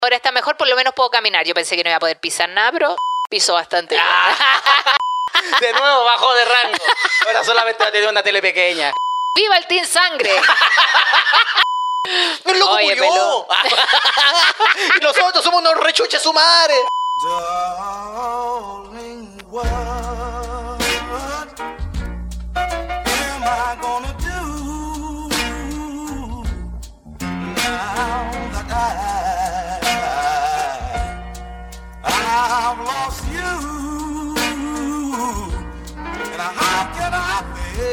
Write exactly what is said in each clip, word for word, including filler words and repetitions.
Ahora está mejor, por lo menos puedo caminar. Yo pensé que no iba a poder pisar nada, pero piso bastante bien. Ah, de nuevo bajó de rango. Ahora solamente va a tener una tele pequeña. ¡Viva el Team Sangre! ¡El loco Oye, murió! pelú. Y nosotros somos unos rechuches sumares. Darling, what am I gonna do now that I, I've lost you? And how can I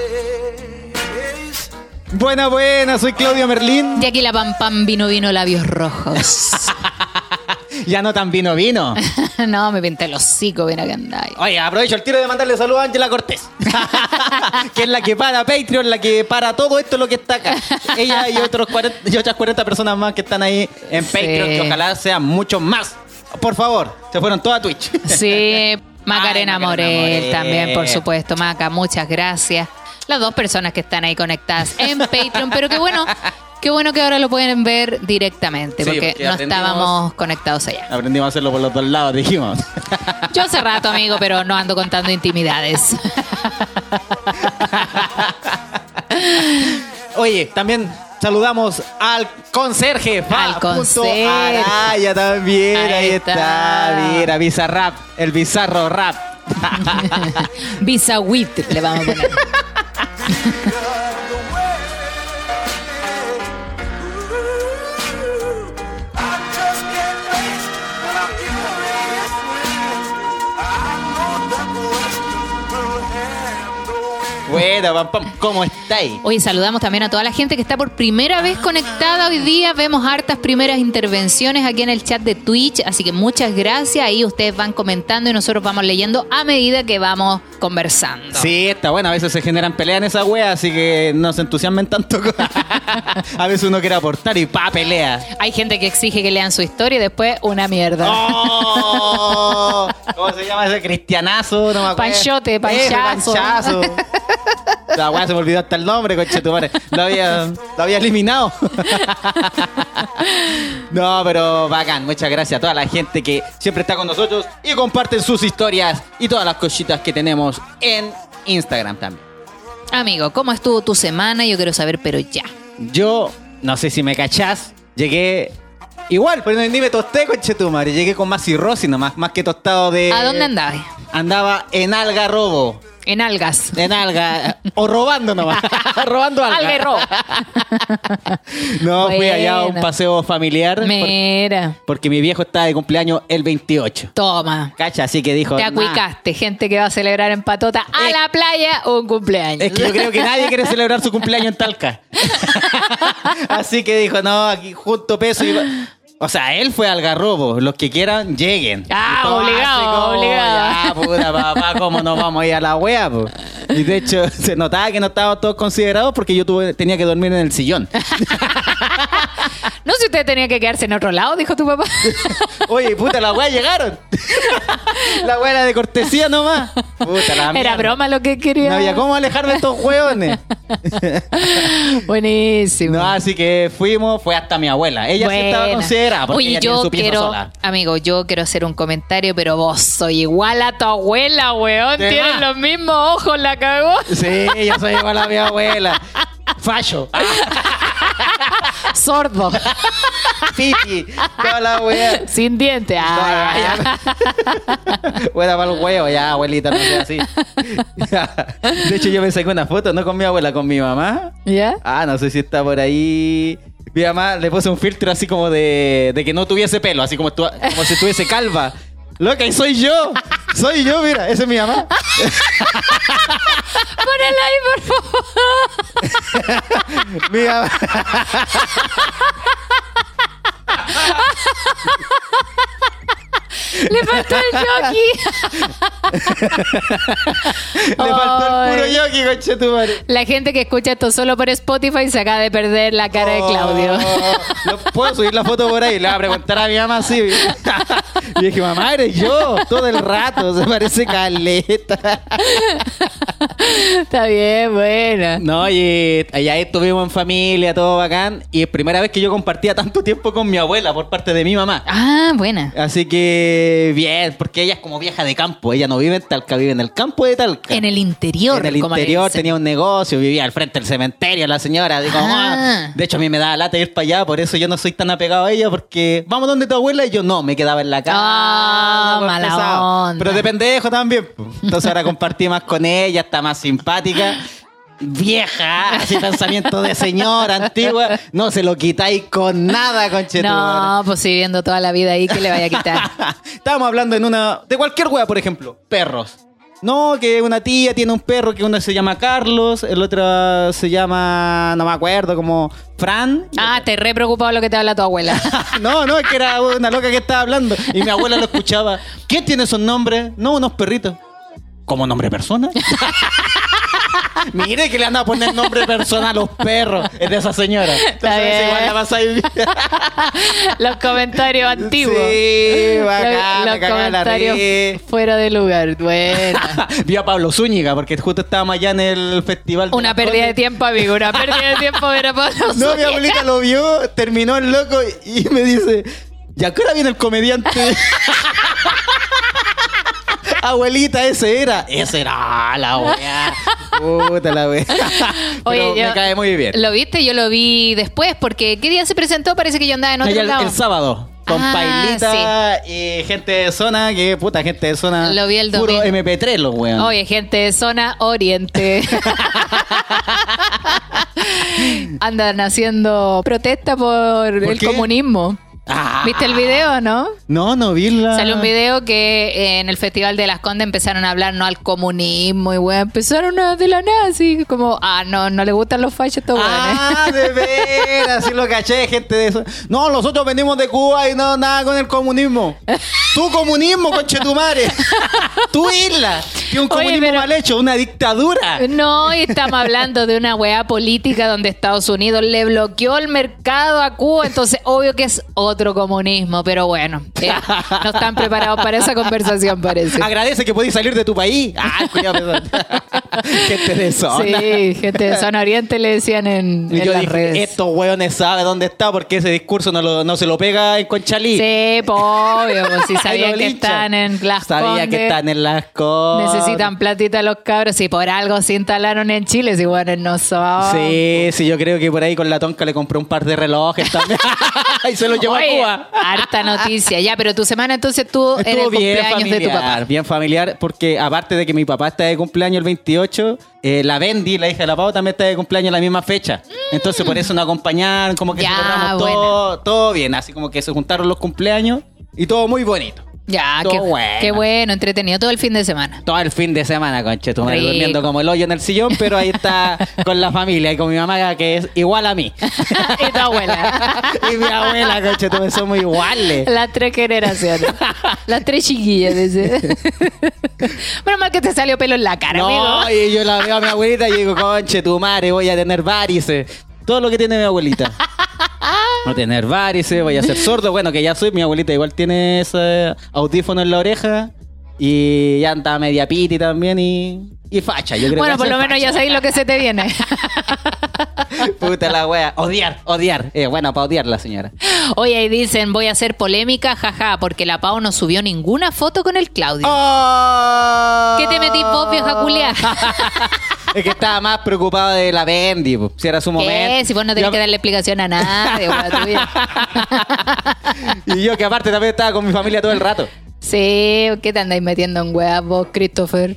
face? Buena, buena, soy Claudio Merlín. Y aquí la pam pam vino vino labios rojos. Ya no tan vino vino. No, me pinté el hocico, ven acá andáis. Oye, aprovecho el tiro de mandarle saludos a Ángela Cortés. Que es la que para Patreon, la que para todo esto lo que está acá. Ella y, otros cuarenta, y otras cuarenta personas más que están ahí en Sí. Patreon, que ojalá sean muchos más. Por favor, se fueron todas a Twitch. Sí, Macarena Ay, Macarena Morel, Morel. también, por supuesto. Maca, muchas gracias. Las dos personas que están ahí conectadas en Patreon, pero qué bueno, qué bueno que ahora lo pueden ver directamente, Sí, porque, porque no aprendimos- estábamos conectados allá. Aprendimos a hacerlo por los dos lados, dijimos. Yo hace rato, amigo, pero no ando contando intimidades. Oye, también saludamos al conserje. Al Fa. Punto conserje. Araya también, ahí, Ahí está. está. Mira, Bizarrap, el bizarro rap. Visa Wit le vamos a poner. Buena, pam, pam, ¿cómo estáis? Hoy saludamos también a toda la gente que está por primera vez conectada hoy día. Vemos hartas primeras intervenciones aquí en el chat de Twitch, así que muchas gracias. Ahí ustedes van comentando y nosotros vamos leyendo a medida que vamos conversando. Sí, está bueno. A veces se generan peleas en esa wea, así que no se entusiasmen tanto. A veces uno quiere aportar y pa, pelea. Hay gente que exige que lean su historia y después una mierda. ¡Oh! ¿Cómo se llama ese cristianazo? No me acuerdo. Panchote, Ese, panchazo. panchazo. La weá se me olvidó hasta el nombre, coche tu madre. Lo había, lo había eliminado. No, pero bacán. Muchas gracias a toda la gente que siempre está con nosotros y comparten sus historias y todas las cositas que tenemos en Instagram también. Amigo, ¿cómo estuvo tu semana? Yo quiero saber, pero ya. Yo, no sé si me cachás, llegué igual, pero ni me tosté, coche tu madre. Llegué con más cirrosis nomás, más que tostado de... ¿A dónde andabas? Andaba en Algarrobo. En algas. En alga. O robando nomás. Robando alga. Alga y robo. No, fui allá a un Buena. paseo familiar. por- Mira, porque mi viejo está de cumpleaños el veintiocho. toma. Cacha, así que dijo... Te "Nah". acuicaste, gente que va a celebrar en Patota a Eh, la playa un cumpleaños. Es que yo creo que nadie quiere celebrar su cumpleaños en Talca. Así que dijo, no, aquí junto peso y... O sea, él fue al Algarrobo. Los que quieran, lleguen. Ah, Y todo obligado, así como, obligado. Ya, puta, papá, ¿cómo nos vamos a ir a la wea, po? Y de hecho, se notaba que no estábamos todos considerados porque yo tuve, tenía que dormir en el sillón. No sé si usted tenía que quedarse en otro lado, dijo tu papá. Oye, puta, la wea llegaron. La wea era de cortesía nomás. Puta, la Era mierda. broma lo que quería. No había cómo alejarme de estos hueones. Buenísimo. No, así que fuimos, fue hasta mi abuela. Ella sí estaba Buena. considerada porque Oye, ella tiene yo su pieza quiero, sola. amigo, yo quiero hacer un comentario, pero vos soy igual a tu abuela, weón. ¿De Tienes más? los mismos ojos, la cagó. Sí, yo soy igual a mi abuela. Facho. Sordo. Piti. Toda la wea. Sin dientes. Ah, ya. Buena para el huevo, ya, abuelita, no sea así. De hecho, yo me saqué una foto, no con mi abuela, con mi mamá. ¿Ya? Ah, no sé si está por ahí. Mi mamá le puse un filtro así como de, de que no tuviese pelo, así como, estu- como si estuviese calva. Loca, y soy yo. Soy yo, mira, esa es mi mamá. Ponela ahí, por favor. Mi mamá. Le faltó el jockey. Le faltó el puro Ay. yoki, conche tu madre. La gente que escucha esto solo por Spotify se acaba de perder la cara de Claudio. Oh, ¿no puedo subir la foto por ahí? Le voy a preguntar a mi mamá, sí. Y dije, mamá, eres yo, todo el rato, se parece caleta. Está bien, buena. No, y allá estuvimos en familia, todo bacán. Y es primera vez que yo compartía tanto tiempo con mi abuela por parte de mi mamá. Ah, buena. Así que bien, porque ella es como vieja de campo. Ella no vive en Talca, vive en el campo de Talca. En el interior. En el como le interior dicen. tenía un negocio, vivía al frente del cementerio, la señora. Digo, Ah. "Ah". De hecho, a mí me daba lata ir para allá, por eso yo no soy tan apegado a ella, porque vamos donde tu abuela y yo no, me quedaba en la casa. Ah, pues, mala pesado. onda. Pero de pendejo también. Pues. Entonces ahora compartí más con ella, está más simpática. Vieja, así pensamiento de señora antigua, no se lo quitáis con nada, conchetumare. No, pues si viviendo toda la vida ahí, ¿qué le vaya a quitar? Estábamos hablando en una. De cualquier wea, por ejemplo. Perros. No, que una tía tiene un perro que uno se llama Carlos, el otro se llama. No me acuerdo, como Fran. Ah, te re preocupado lo que te habla tu abuela. No, no, es que era una loca que estaba hablando. Y mi abuela lo escuchaba. ¿Qué tiene esos nombres? No, unos perritos. ¿Como nombre de persona? Mire que le anda a poner nombre de persona a los perros. Es de esa señora. Entonces, bien. igual la vas a ir. Los comentarios antiguos. Sí, bacán, Los, me los cagaba la comentarios risa. fuera de lugar. Bueno. Vi a Pablo Zúñiga, porque justo estábamos allá en el festival. Una las pérdida de Condes. tiempo, amigo. Una pérdida de tiempo ver a Pablo No, mi Zúñiga. abuelita lo vio, terminó el loco y me dice, ¿ya qué hora viene el comediante? Abuelita, ese era. Ese era la wea. Puta la wea. Pero Oye, yo- me cae muy bien. ¿Lo viste? Yo lo vi después, porque ¿qué día se presentó? Parece que yo andaba en otro Ella el, lado. el sábado. Con Ah, Pailita y gente de zona, que puta, gente de zona. Lo vi el Puro domingo. eme pe tres, los weón. Oye, gente de zona oriente. Andan haciendo protesta por, ¿Por el qué? comunismo. Ah. ¿Viste el video, no? No, no vi la. Salió un video que eh, en el Festival de Las Condes empezaron a hablar no al comunismo y weón, empezaron a de la nazi, como, ah, no, no le gustan los fachos estos weones. Ah, de veras, sí lo caché, gente de eso. No, nosotros venimos de Cuba y no nada con el comunismo. Tu comunismo, conchetumare. Tu isla. Tiene un Oye, comunismo pero- mal hecho, una dictadura. No, y estamos hablando de una weá política donde Estados Unidos le bloqueó el mercado a Cuba, entonces obvio que es otro comunismo, pero bueno, eh, no están preparados para esa conversación, parece. Agradece que podéis salir de tu país. Ah, cuidado, perdón. Gente de zona. Sí, gente de zona oriente le decían en, Y en yo las dije, redes. estos hueones saben dónde está porque ese discurso no, lo- no se lo pega en Conchalí. Sí, pues obvio, pues si Ahí sabían lo que linchan. están en Las Sabía Condes, que están en Las Condes. necesitan platita los cabros, si por algo se instalaron en Chile, si bueno, no son. Sí, sí, yo creo que por ahí con la tonca le compré un par de relojes también. Y se los llevó a Oye, Cuba. harta noticia. Ya, pero tu semana entonces estuvo, en el Estuvo bien cumpleaños familiar, de tu papá. bien familiar, porque aparte de que mi papá está de cumpleaños el veintiocho, eh, la Bendy, la hija de la Pau, también está de cumpleaños la misma fecha. Entonces por eso nos acompañaron, como que Ya, celebramos todo, todo bien, así como que se juntaron los cumpleaños y todo muy bonito. Ya, Todo qué bueno. qué bueno, entretenido todo el fin de semana. Todo el fin de semana, conche, tu madre Rico. durmiendo como el hoyo en el sillón, pero ahí está con la familia y con mi mamá que es igual a mí. Y tu abuela. Y mi abuela, conche, todos somos iguales. Las tres generaciones. Las tres chiquillas. Dice. Menos mal que te salió pelo en la cara, No, amigo. y yo la veo a mi abuelita y digo, conche, tu madre, voy a tener varices. Todo lo que tiene mi abuelita. Voy a tener varices, voy a ser sordo. Bueno, que ya soy, mi abuelita igual tiene ese audífono en la oreja. Y ya anda media piti también y, y facha. Yo creo Bueno, que por hace lo menos ya facha. sabéis lo que se te viene. Puta la wea. Odiar, odiar. Eh, bueno, para odiar la señora. Oye, ahí dicen, voy a hacer polémica, jaja, porque la Pau no subió ninguna foto con el Claudio. Oh. ¿Qué te metís vos, vieja culiá? Es que estaba más preocupado de la Bendy, po, si era su momento. ¿Qué? Si vos no tenés Yo- que darle explicación a nadie, weá tuya. Y yo que aparte también estaba con mi familia todo el rato. Sí, ¿qué te andáis metiendo en weas vos, Christopher?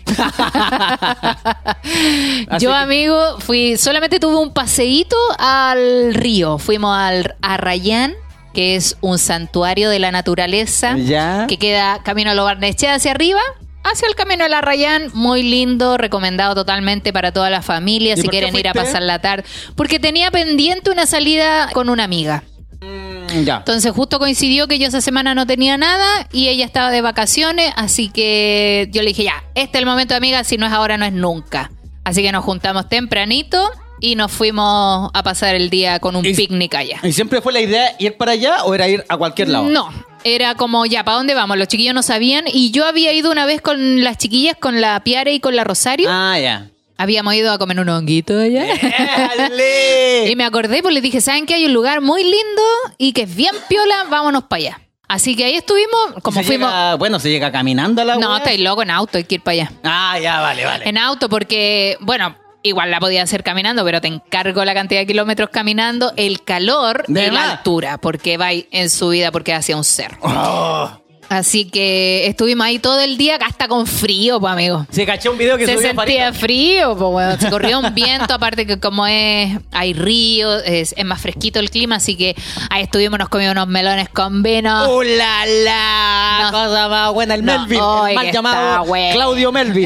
Así Yo, que- amigo, fui, solamente tuve un paseíto al río. Fuimos al Arrayán, que es un santuario de la naturaleza, Ya. que queda camino a Lo Barnechea hacia arriba, hacia el camino del Arrayán. Muy lindo, recomendado totalmente para toda la familia, ¿Y si por qué quieren ir a fuiste? pasar la tarde. Porque tenía pendiente una salida con una amiga. Mm, ya. Entonces justo coincidió que yo esa semana no tenía nada y ella estaba de vacaciones, así que yo le dije, ya, este es el momento, amiga, si no es ahora, no es nunca. Así que nos juntamos tempranito y nos fuimos a pasar el día con un Y- picnic allá. ¿Y siempre fue la idea ir para allá o era ir a cualquier lado? No, era como, ya, ¿para dónde vamos? Los chiquillos no sabían. Y yo había ido una vez con las chiquillas, con la Piare y con la Rosario. Ah, ya. Habíamos ido a comer un honguito allá. ¡Dale! Y me acordé, pues les dije, ¿saben que hay un lugar muy lindo y que es bien piola? Vámonos para allá. Así que ahí estuvimos, como Se fuimos... llega- bueno, se llega caminando a la No, wea. estáis loco, en auto, hay que ir para allá. Ah, ya, vale, vale. En auto porque, bueno, igual la podía hacer caminando, pero te encargo la cantidad de kilómetros caminando, el calor ¿De y la verdad? altura, porque va en subida, porque hacia un cerro. Oh. Así que estuvimos ahí todo el día, hasta con frío, pues, amigo. Se caché un video que Se subió sentía Farito. frío, pues bueno, se corrió un viento, aparte que como es, hay río, es, es más fresquito el clima, así que ahí estuvimos, nos comimos unos melones con vino. ¡Uh, la, la! No. Cosa más buena, el No, Melvin, oye, el mal que llamado está bueno. Claudio Melvin.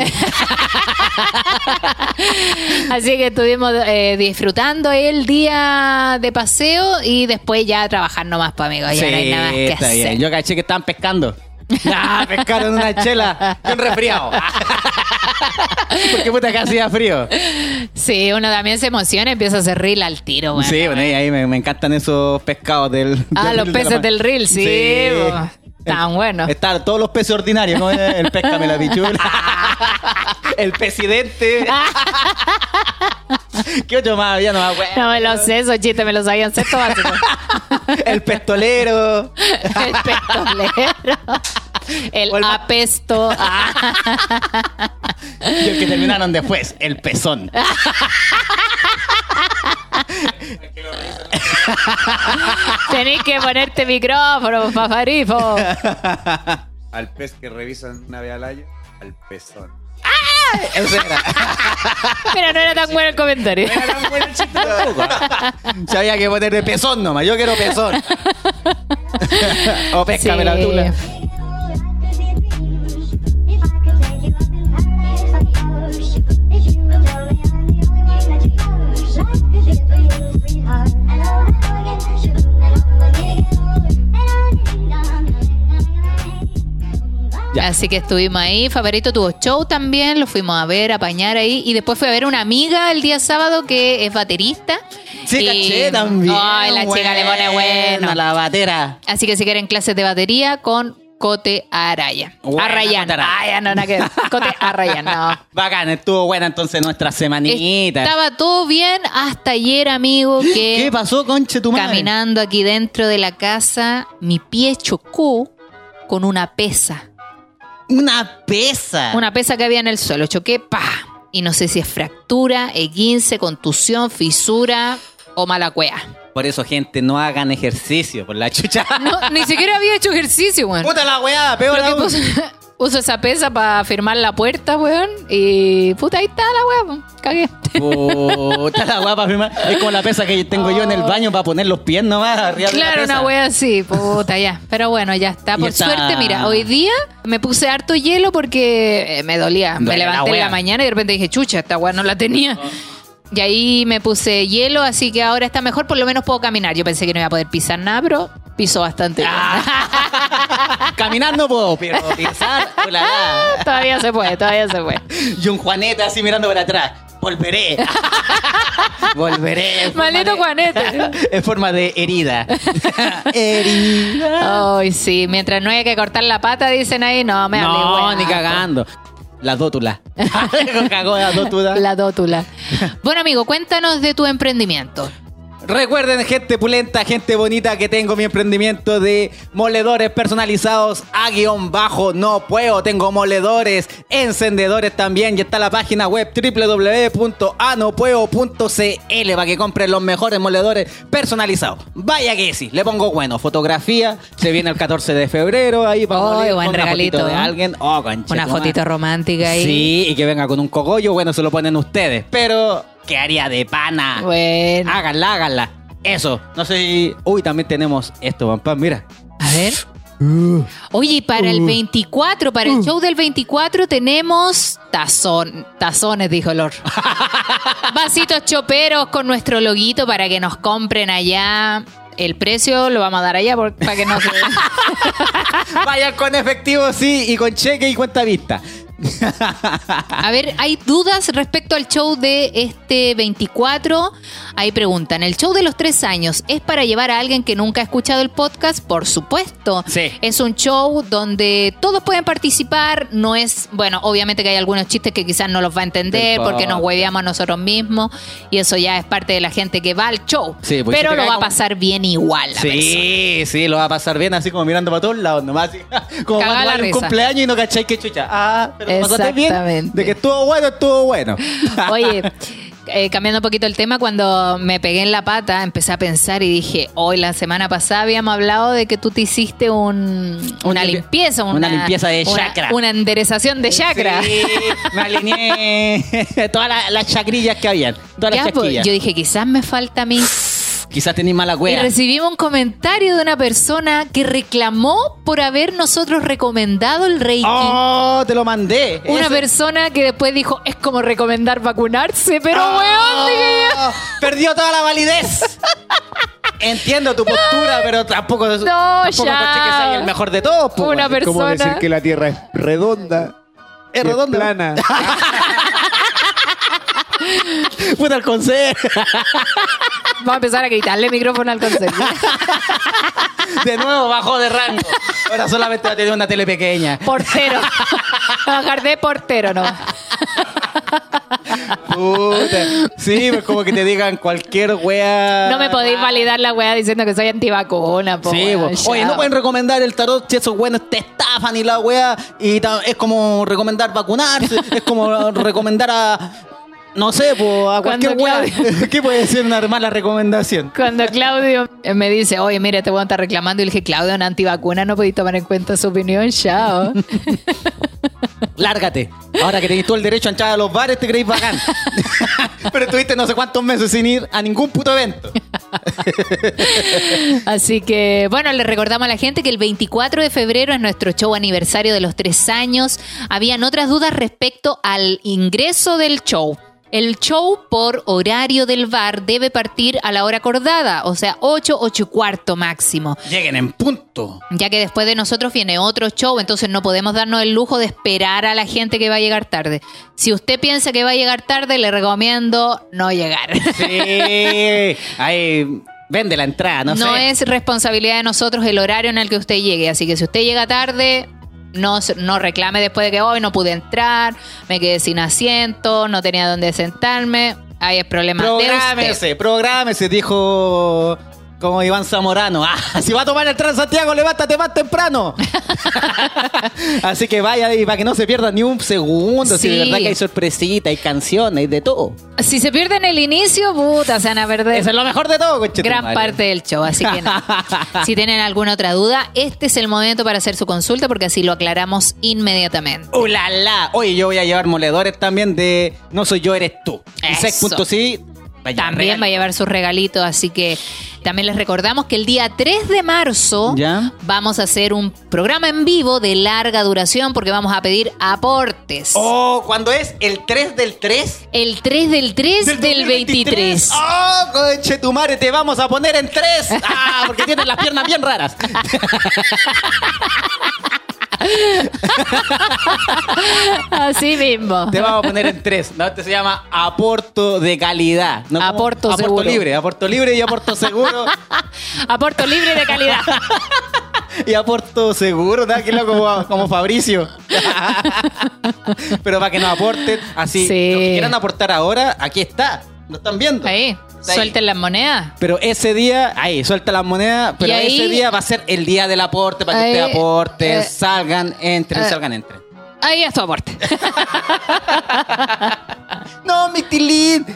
Así que estuvimos eh, disfrutando el día de paseo y después ya a trabajar nomás, pues amigos, ya no hay nada más que está hacer. bien. Yo caché que estaban pescando. Ah, pescaron una chela y un resfriado. Porque puta que hacía frío. Sí, uno también se emociona y empieza a hacer reel al tiro, bueno. Sí, bueno, ahí, ahí me, me encantan esos pescados del... Ah, del los reel de peces la del reel, sí, po. Tan El- buenos. Están todos los peces ordinarios, ¿no? El péscame la pichula. El presidente. ¿Qué otro más? Ya no me acuerdo. No me lo sé, esos chistes me los sabían sexto básico. El pestolero. El pestolero. El O el ma- apesto. Ah. Y el que terminaron después, el pezón. Tenés que ponerte micrófono, pajarifo. Al pez que revisan una vez al año, al pezón. Ese era. Mira, no era tan bueno el comentario. Era tan bueno el chiste tampoco. Se había que poner de pezón nomás. Yo quiero pezón. O péscame Sí. la tula. Ya. Así que estuvimos ahí. Favorito tuvo show también. Lo fuimos a ver, a apañar ahí. Y después fui a ver una amiga el día sábado que es baterista. Sí, Y- caché también. Ay, la chica le pone bueno. La batera. Así que si quieren clases de batería con Cote Araya. Buena, Arrayán. Cote Araya. Ay, no, no, que Cote Arrayán, no. Bacán, estuvo buena entonces nuestra semanita. Estaba todo bien hasta ayer, amigo, que ¿Qué pasó, conche tu madre? caminando aquí dentro de la casa, mi pie chocó con una pesa. Una pesa. Una pesa que había en el suelo. Choqué, pa. Y no sé si es fractura, esguince, contusión, fisura o mala cueva. Por eso, gente, no hagan ejercicio por la chucha. No, ni siquiera había hecho ejercicio, weón. Puta la weá, peor Creo que aún. puso, uso esa pesa para firmar la puerta, weón. Y puta, ahí está la weá, po. Cagué. Puta la weá para firmar. Es como la pesa que tengo yo en el baño para poner los pies nomás arriba de la Claro, pesa. una wea así, puta, ya. Pero bueno, ya está. Y Por está- suerte, mira, hoy día me puse harto hielo porque eh, me dolía. Me Duele la levanté en wea. la mañana y de repente dije, chucha, esta wea no la tenía. Y ahí me puse hielo, así que ahora está mejor, por lo menos puedo caminar. Yo pensé que no iba a poder pisar nada, pero piso bastante bien. Caminar no puedo, pero pisar, ulala. Todavía se puede, todavía se puede. Y un Juanete así mirando para atrás. Volveré. Volveré. en forma Maldito de- Juanete. En forma de herida. herida. Ay, sí, mientras no haya que cortar la pata, dicen ahí, no me hablé, No, wea. ni cagando. La dótula. Cagó la dótula. La dótula. Bueno, amigo, cuéntanos de tu emprendimiento. Recuerden, gente pulenta, gente bonita, que tengo mi emprendimiento de moledores personalizados a guión bajo. No puedo, tengo moledores, encendedores también. Y está la página web doble u doble u doble u punto anopuedo punto c l para que compren los mejores moledores personalizados. Vaya que sí, le pongo bueno. Fotografía, se viene el catorce de febrero ahí para Ay, moler buen con una regalito, fotito de ¿eh? alguien. Oh, concha Una tu madre. fotito romántica ahí. Sí, y que venga con un cogollo, bueno, se lo ponen ustedes. Pero quedaría de pana. Bueno. Háganla, háganla. Eso. No sé si... Uy, también tenemos esto, Pampa. Mira. A ver. Oye, y para el veinticuatro, para el show del veinticuatro tenemos tazón, tazones, dijo Lor. Vasitos choperos con nuestro loguito para que nos compren allá. El precio lo vamos a dar allá por- para que no se... Vayan con efectivo, sí, y con cheque y cuenta vista. A ver, hay dudas respecto al show de este veinticuatro. Ahí preguntan, ¿el show de los tres años es para llevar a alguien que nunca ha escuchado el podcast? Por supuesto. Sí. Es un show donde todos pueden participar. No es, bueno, obviamente que hay algunos chistes que quizás no los va a entender Del porque nos podcast. hueveamos a nosotros mismos. Y eso ya es parte de la gente que va al show. Sí, pues, pero si te lo cae va a como- pasar bien igual la persona. Sí, sí, lo va a pasar bien, así como mirando para todos lados, nomás así, como Caga cuando la hay un risa. cumpleaños y no cacháis que chucha. Ah, pero pasaste bien. Exactamente. De que estuvo bueno, estuvo bueno. Oye, eh, cambiando un poquito el tema, cuando me pegué en la pata, empecé a pensar y dije, hoy la semana pasada habíamos hablado de que tú te hiciste un, una limpi- limpieza, una, una limpieza de una- chakra. Una enderezación de chakra. Sí, me alineé todas las, las chacrillas que habían. Todas Ya, las pues, chasquillas. yo dije, quizás me falta a mí. Quizás tenéis mala Y cueva. recibimos un comentario de una persona que reclamó por haber nosotros recomendado el Reiki. Oh, te lo mandé. Una Ese- persona que después dijo, es como recomendar vacunarse, pero Oh, weón, dije yo. perdió toda la validez. Entiendo tu postura, pero tampoco, tampoco ya. caché que sea el mejor de todos. po, Una weón. Es como persona. decir que la Tierra es redonda. Es que redonda. plana. Puta el consejo. Vamos a empezar a gritarle micrófono al consejo. De nuevo bajó de rango. Ahora solamente va a tener una tele pequeña. Portero. Bajar de portero, ¿no? Puta. Sí, pues como que te digan cualquier wea. No me podéis validar la weá diciendo que soy antivacuna, po, Sí, weón, pues. ya. Oye, no pueden recomendar el tarot si esos buenos te estafan y la wea. Y ta- es como recomendar vacunarse. Es como recomendar a. No sé, pues a Cuando cualquier wea. ¿Qué puede ser una mala recomendación? Cuando Claudio me dice, oye, mira, te voy a estar reclamando, y le dije, Claudio, una antivacuna, no podéis tomar en cuenta su opinión, chao. Lárgate. Ahora que tenéis todo el derecho a entrar a los bares, te creéis bacán. Pero estuviste no sé cuántos meses sin ir a ningún puto evento. Así que, bueno, le recordamos a la gente que el veinticuatro de febrero es nuestro show aniversario de los tres años. Habían otras dudas respecto al ingreso del show. El show por horario del bar debe partir a la hora acordada, o sea, ocho, ocho y cuarto máximo. Lleguen en punto. Ya que después de nosotros viene otro show, entonces no podemos darnos el lujo de esperar a la gente que va a llegar tarde. Si usted piensa que va a llegar tarde, le recomiendo no llegar. Sí. Ahí vende la entrada, no, No, sé. es responsabilidad de nosotros el horario en el que usted llegue. Así que si usted llega tarde, no, se- no reclame después de que hoy no pude entrar, me quedé sin asiento, no tenía dónde sentarme. Ahí es problema de usted. Prográmese, prográmese, dijo como Iván Zamorano. Ah, si va a tomar el Transantiago, levántate más temprano. Así que vaya ahí para que no se pierda ni un segundo. Si Sí. de verdad que hay sorpresita, hay canciones, hay de todo. Si se pierde en el inicio, puta, se van a perder. Eso es lo mejor de todo, conchetumare. Gran parte del show, así que no. Si tienen alguna otra duda, este es el momento para hacer su consulta porque así lo aclaramos inmediatamente. ¡Uh, la, la! Oye, yo voy a llevar moledores también de No soy yo, eres tú. Y Eso. sex punto sí, vaya, También regalo. va a llevar sus regalitos, así que también les recordamos que el día tres de marzo ¿Ya? vamos a hacer un programa en vivo de larga duración porque vamos a pedir aportes. Oh, ¿cuándo es? ¿El tres del tres? El tres del tres del, dos mil veintitrés. ¡Oh, conche tu madre! Te vamos a poner en tres. ¡Ah! Porque tienes las piernas bien raras. Así mismo. Te vamos a poner en tres. ¿No? Este se llama aporto de calidad. ¿No? Como Aporto aporto seguro. libre. Aporto libre y aporto seguro. Aporto libre de calidad. Y aporto seguro, ¿no? Que es como, como Fabricio. Pero para que nos aporten así. Sí. Los que quieran aportar ahora, aquí está. ¿Lo están viendo? Ahí, Está ahí. suelten las monedas. Pero ese día, ahí, suelta las monedas, pero Y ahí- ese día va a ser el día del aporte para que Ahí, ustedes aporten, eh, salgan, entren, eh. salgan, entren. Ahí es tu aporte. ¡No, mi tilín!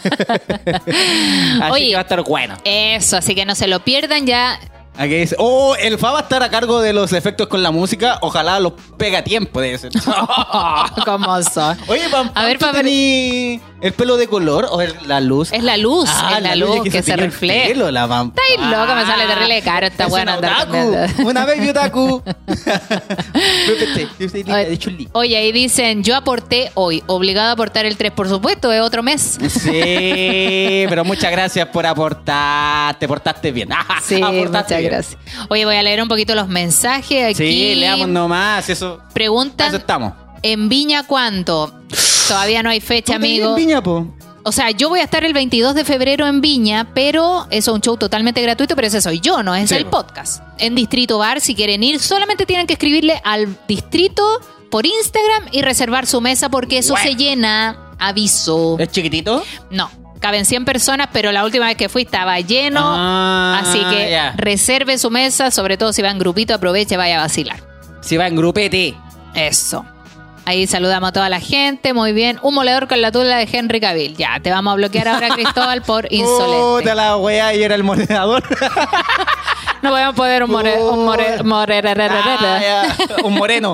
Así Oye. que va a estar bueno. Eso, así que no se lo pierdan ya. Aquí dice, oh, el Fa va a estar a cargo de los efectos con la música. Ojalá los pega a tiempo, debe ser. ¿Cómo son? Oye, Pam, A ver, ¿tú pa' ver- tení el pelo de color o es la luz? Es la luz, Ah, es la, luz que se, teñió el refleja. pelo, la Pam. Está ahí loca, me sale terrible caro esta Es buena una andar otaku, cambiando. una baby otaku. Vete, yo soy linda de chulí. Oye, ahí dicen, yo aporté hoy, obligado a aportar el tres, por supuesto, es otro mes. Sí, pero muchas gracias por aportar. Te portaste bien. Sí, Aportaste muchas bien. gracias. Oye, voy a leer un poquito los mensajes aquí. Sí, leamos nomás. Eso, Preguntan, eso estamos. ¿En Viña cuánto? Todavía no hay fecha, ¿Tú te amigo. en Viña, po? O sea, yo voy a estar el veintidós de febrero en Viña, pero eso es un show totalmente gratuito, pero ese soy yo, no es Sí, el po. podcast. En Distrito Bar, si quieren ir, solamente tienen que escribirle al distrito por Instagram y reservar su mesa porque eso Bueno. se llena. Aviso. ¿Es chiquitito? No, caben cien personas, pero la última vez que fui estaba lleno. Ah, así que ya. reserve su mesa, sobre todo si va en grupito, aproveche, vaya a vacilar. Si va en grupete. Eso. Ahí saludamos a toda la gente, muy bien. Un moledor con la tula de Henry Cavill. Ya, te vamos a bloquear ahora, Cristóbal, por insolente. Puta la weá, y era el moderador. No podemos poner un more, un more, more- Ah, ya. Un moreno.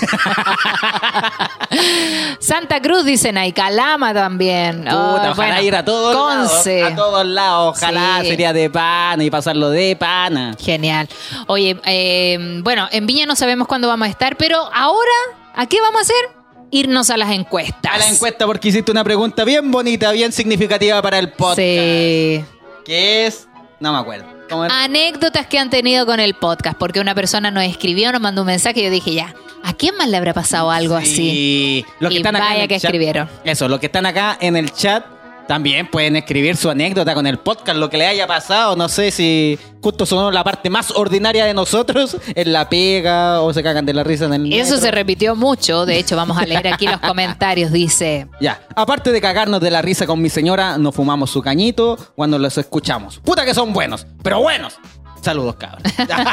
Santa Cruz, dicen ahí, Calama también. Puta, Oh, ojalá bueno, ir a todos Conce. lados. A todos lados. Ojalá Sí. sería de pana y pasarlo de pana. Genial. Oye, eh, bueno, en Viña no sabemos cuándo vamos a estar, pero ahora, ¿a qué vamos a hacer? Irnos a las encuestas. A la encuesta porque hiciste una pregunta bien bonita, bien significativa para el podcast. Sí. ¿Qué es? No me acuerdo. ¿Cómo era? Anécdotas que han tenido con el podcast, porque una persona nos escribió, nos mandó un mensaje y yo dije, ya, ¿a quién más le habrá pasado algo así? Sí. Los que Y están acá vaya en el que chat- escribieron. Eso, los que están acá en el chat también pueden escribir su anécdota con el podcast, lo que le haya pasado. No sé si justo sonó la parte más ordinaria de nosotros, en la pega o se cagan de la risa en el Eso metro. se repitió mucho, de hecho vamos a leer aquí los comentarios, dice... Ya, aparte de cagarnos de la risa con mi señora, nos fumamos su cañito cuando los escuchamos. Puta que son buenos, pero buenos. Saludos, cabros.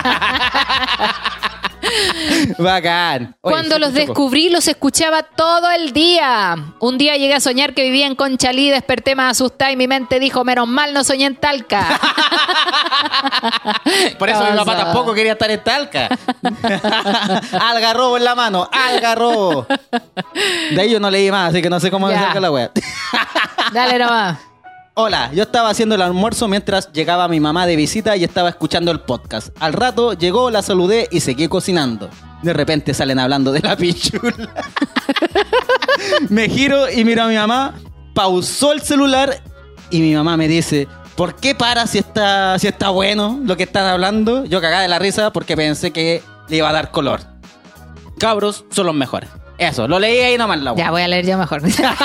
Bacán. Oye, Cuando sí, los choco. descubrí, los escuchaba todo el día. Un día llegué a soñar que vivía en Conchalí, desperté más asustada y mi mente dijo, menos mal no soñé en Talca. Por eso mi papá Cosa. tampoco quería estar en Talca. Algarrobo en la mano, algarrobo. De ahí yo no leí más, así que no sé cómo me Ya. saca la wea. Dale nomás. Hola, yo estaba haciendo el almuerzo mientras llegaba mi mamá de visita y estaba escuchando el podcast. Al rato llegó, la saludé y seguí cocinando. De repente salen hablando de la pichula. Me giro y miro a mi mamá, pausó el celular y mi mamá me dice, ¿por qué para si está, si está bueno lo que están hablando? Yo cagada de la risa porque pensé que le iba a dar color. Cabros son los mejores. Eso, lo leí ahí nomás la wea. Ya voy a leer yo mejor.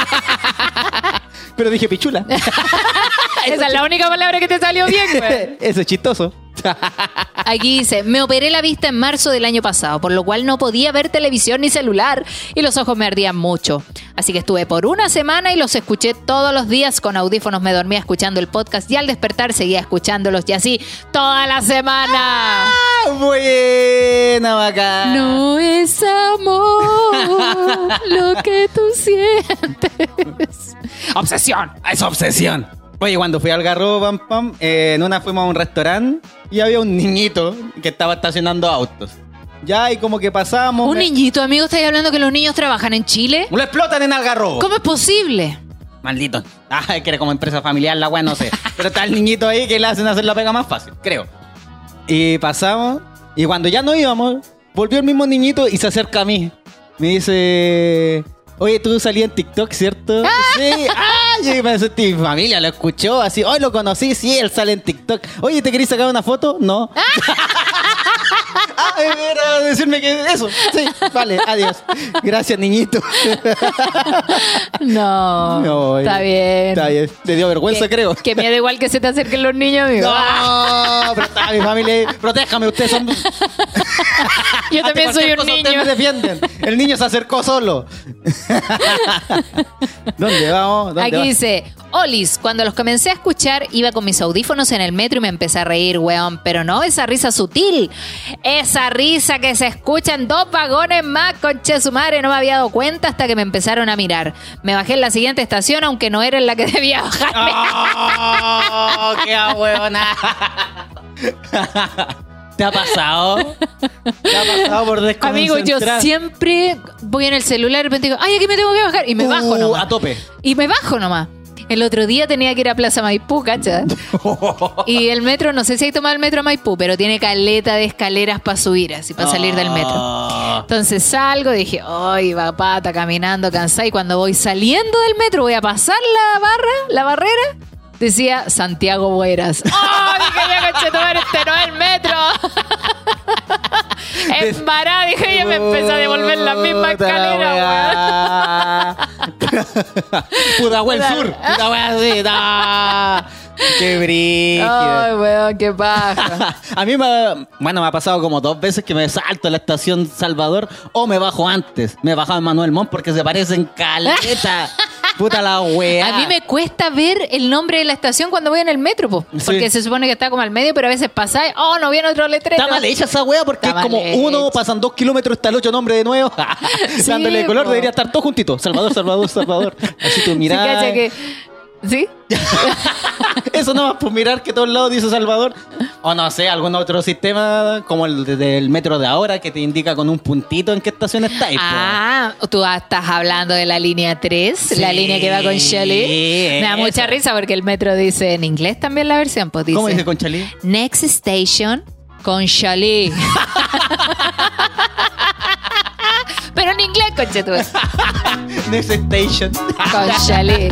Pero dije pichula. Esa es la única palabra que te salió bien, güey. Eso es chistoso. Aquí dice, me operé la vista en marzo del año pasado, por lo cual no podía ver televisión ni celular y los ojos me ardían mucho. Así que estuve por una semana y los escuché todos los días con audífonos, me dormía escuchando el podcast y al despertar seguía escuchándolos y así toda la semana. Buena, bacán. No es amor lo que tú sientes. Obsesión. Es obsesión. Oye, cuando fui al Garro, pam, pam, eh, en una fuimos a un restaurante y había un niñito que estaba estacionando autos. Ya, y como que pasamos. Un me- niñito, amigo, ¿estáis hablando que los niños trabajan en Chile? Lo explotan en Algarrobo. ¿Cómo es posible? Maldito. Ah, que era como empresa familiar la weá, no sé. Pero está el niñito ahí que le hacen hacer la pega más fácil, creo. Y pasamos, y cuando ya no íbamos, volvió el mismo niñito y se acerca a mí. Me dice, oye, tú salías en TikTok, ¿cierto? Sí. Ah, yo pensé, mi familia lo escuchó así. Hoy lo conocí, sí, él sale en TikTok. Oye, ¿te querés sacar una foto? No. Ah, era decirme que eso. Sí, vale, adiós. Gracias, niñito. No, No, está bien. Está bien. Te dio vergüenza, Que- creo. Que miedo igual que se te acerquen los niños, amigo. No, pero está mi familia ahí. Protéjame, ustedes son. Yo también Ante soy cualquier un cosa, niño. Ustedes me defienden. El niño se acercó solo. ¿Dónde vamos? ¿Dónde Aquí va? dice, Olis, cuando los comencé a escuchar, iba con mis audífonos en el metro y me empecé a reír, weón. Pero no esa risa sutil. Esa risa que se escucha en dos vagones más, conche su madre. No me había dado cuenta hasta que me empezaron a mirar. Me bajé en la siguiente estación, aunque no era en la que debía bajarme. ¡Oh, qué ahueona! ¿Te ha pasado? ¿Te ha pasado por desconcentrar? Amigo, yo siempre voy en el celular y de repente digo, ay, aquí me tengo que bajar. Y me bajo Uh, nomás. a tope. Y me bajo nomás. El otro día tenía que ir a Plaza Maipú, ¿cacha? Y el metro, no sé si hay tomado el metro a Maipú, pero tiene caleta de escaleras para subir, así para salir del metro. Oh. Entonces salgo y dije, ay, va pata, caminando, cansada. Y cuando voy saliendo del metro, voy a pasar la barra, la barrera, decía Santiago Bueras. ¡Oh! Dije yo, conchetumare, este no es el metro. Embará, dije yo, me empecé a devolver la misma escalera, weón. Pudahuel Sur. Pudahuel, sí, no. Qué brígido. Ay, weón, qué paja. A mí me, bueno, me ha pasado como dos veces que me salto a la estación Salvador o me bajo antes. Me he bajado en Manuel Montt porque se parecen caleta. Puta la weá. A mí me cuesta ver el nombre de la estación cuando voy en el metro, po, porque Sí. se supone que está como al medio, pero a veces pasáis, oh, no viene otro letrero. Está mal hecha esa weá porque Está es como mal hecha. uno, pasan dos kilómetros, está el ocho nombre de nuevo. Sí, Dándole color, po. debería estar todo juntito. Salvador, Salvador, Salvador. Así tú Sí, mirás. cacha que... ¿Sí? Eso nomás, pues mirar que todos lados dice Salvador. O no sé, algún otro sistema como el de- del metro de ahora que te indica con un puntito en qué estación estáis. pues. Ah, tú estás hablando de la línea tres, Sí, la línea que va con Shelley. Me da esa. mucha risa porque el metro dice en inglés también la versión, pues dice, ¿Cómo dice Conchalí? Next Station con Shelley. Pero en inglés, conchetudo. Next Station. Con Shelley.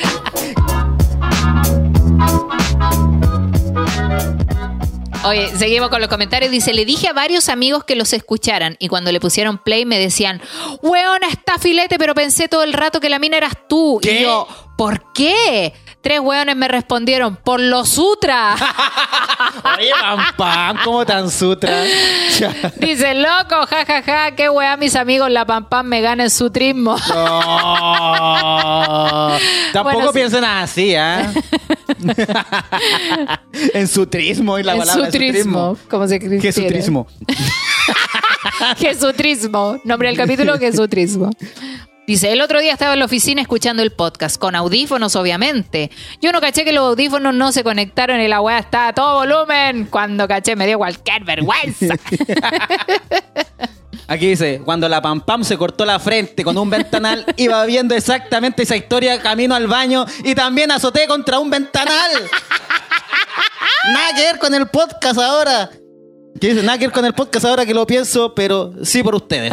Oye, seguimos con los comentarios. Dice, le dije a varios amigos que los escucharan y cuando le pusieron play me decían, weona, está filete, pero pensé todo el rato que la mina eras tú. ¿Qué? Y yo, ¿por qué? Tres weones me respondieron, por los sutras. Oye, pam, pam, ¿cómo tan sutra? Dice, loco, jajaja, ja, ja, qué weá, mis amigos, la pam pam me gana en sutrismo. No. Tampoco Bueno, sí. piensen así, ¿ah? En sutrismo y la En palabra sutrismo, como se ¿Qué es quiere. sutrismo? Jesutrismo. Nombre del capítulo, Jesutrismo. Dice, el otro día estaba en la oficina escuchando el podcast, con audífonos obviamente. Yo no caché que los audífonos no se conectaron y la weá estaba a todo volumen. Cuando caché me dio cualquier vergüenza. Aquí dice, cuando la Pam Pam se cortó la frente con un ventanal, iba viendo exactamente esa historia camino al baño y también azoté contra un ventanal. Nada que ver con el podcast ahora. ¿Qué dice? Nada que ver con el podcast ahora que lo pienso, pero sí por ustedes.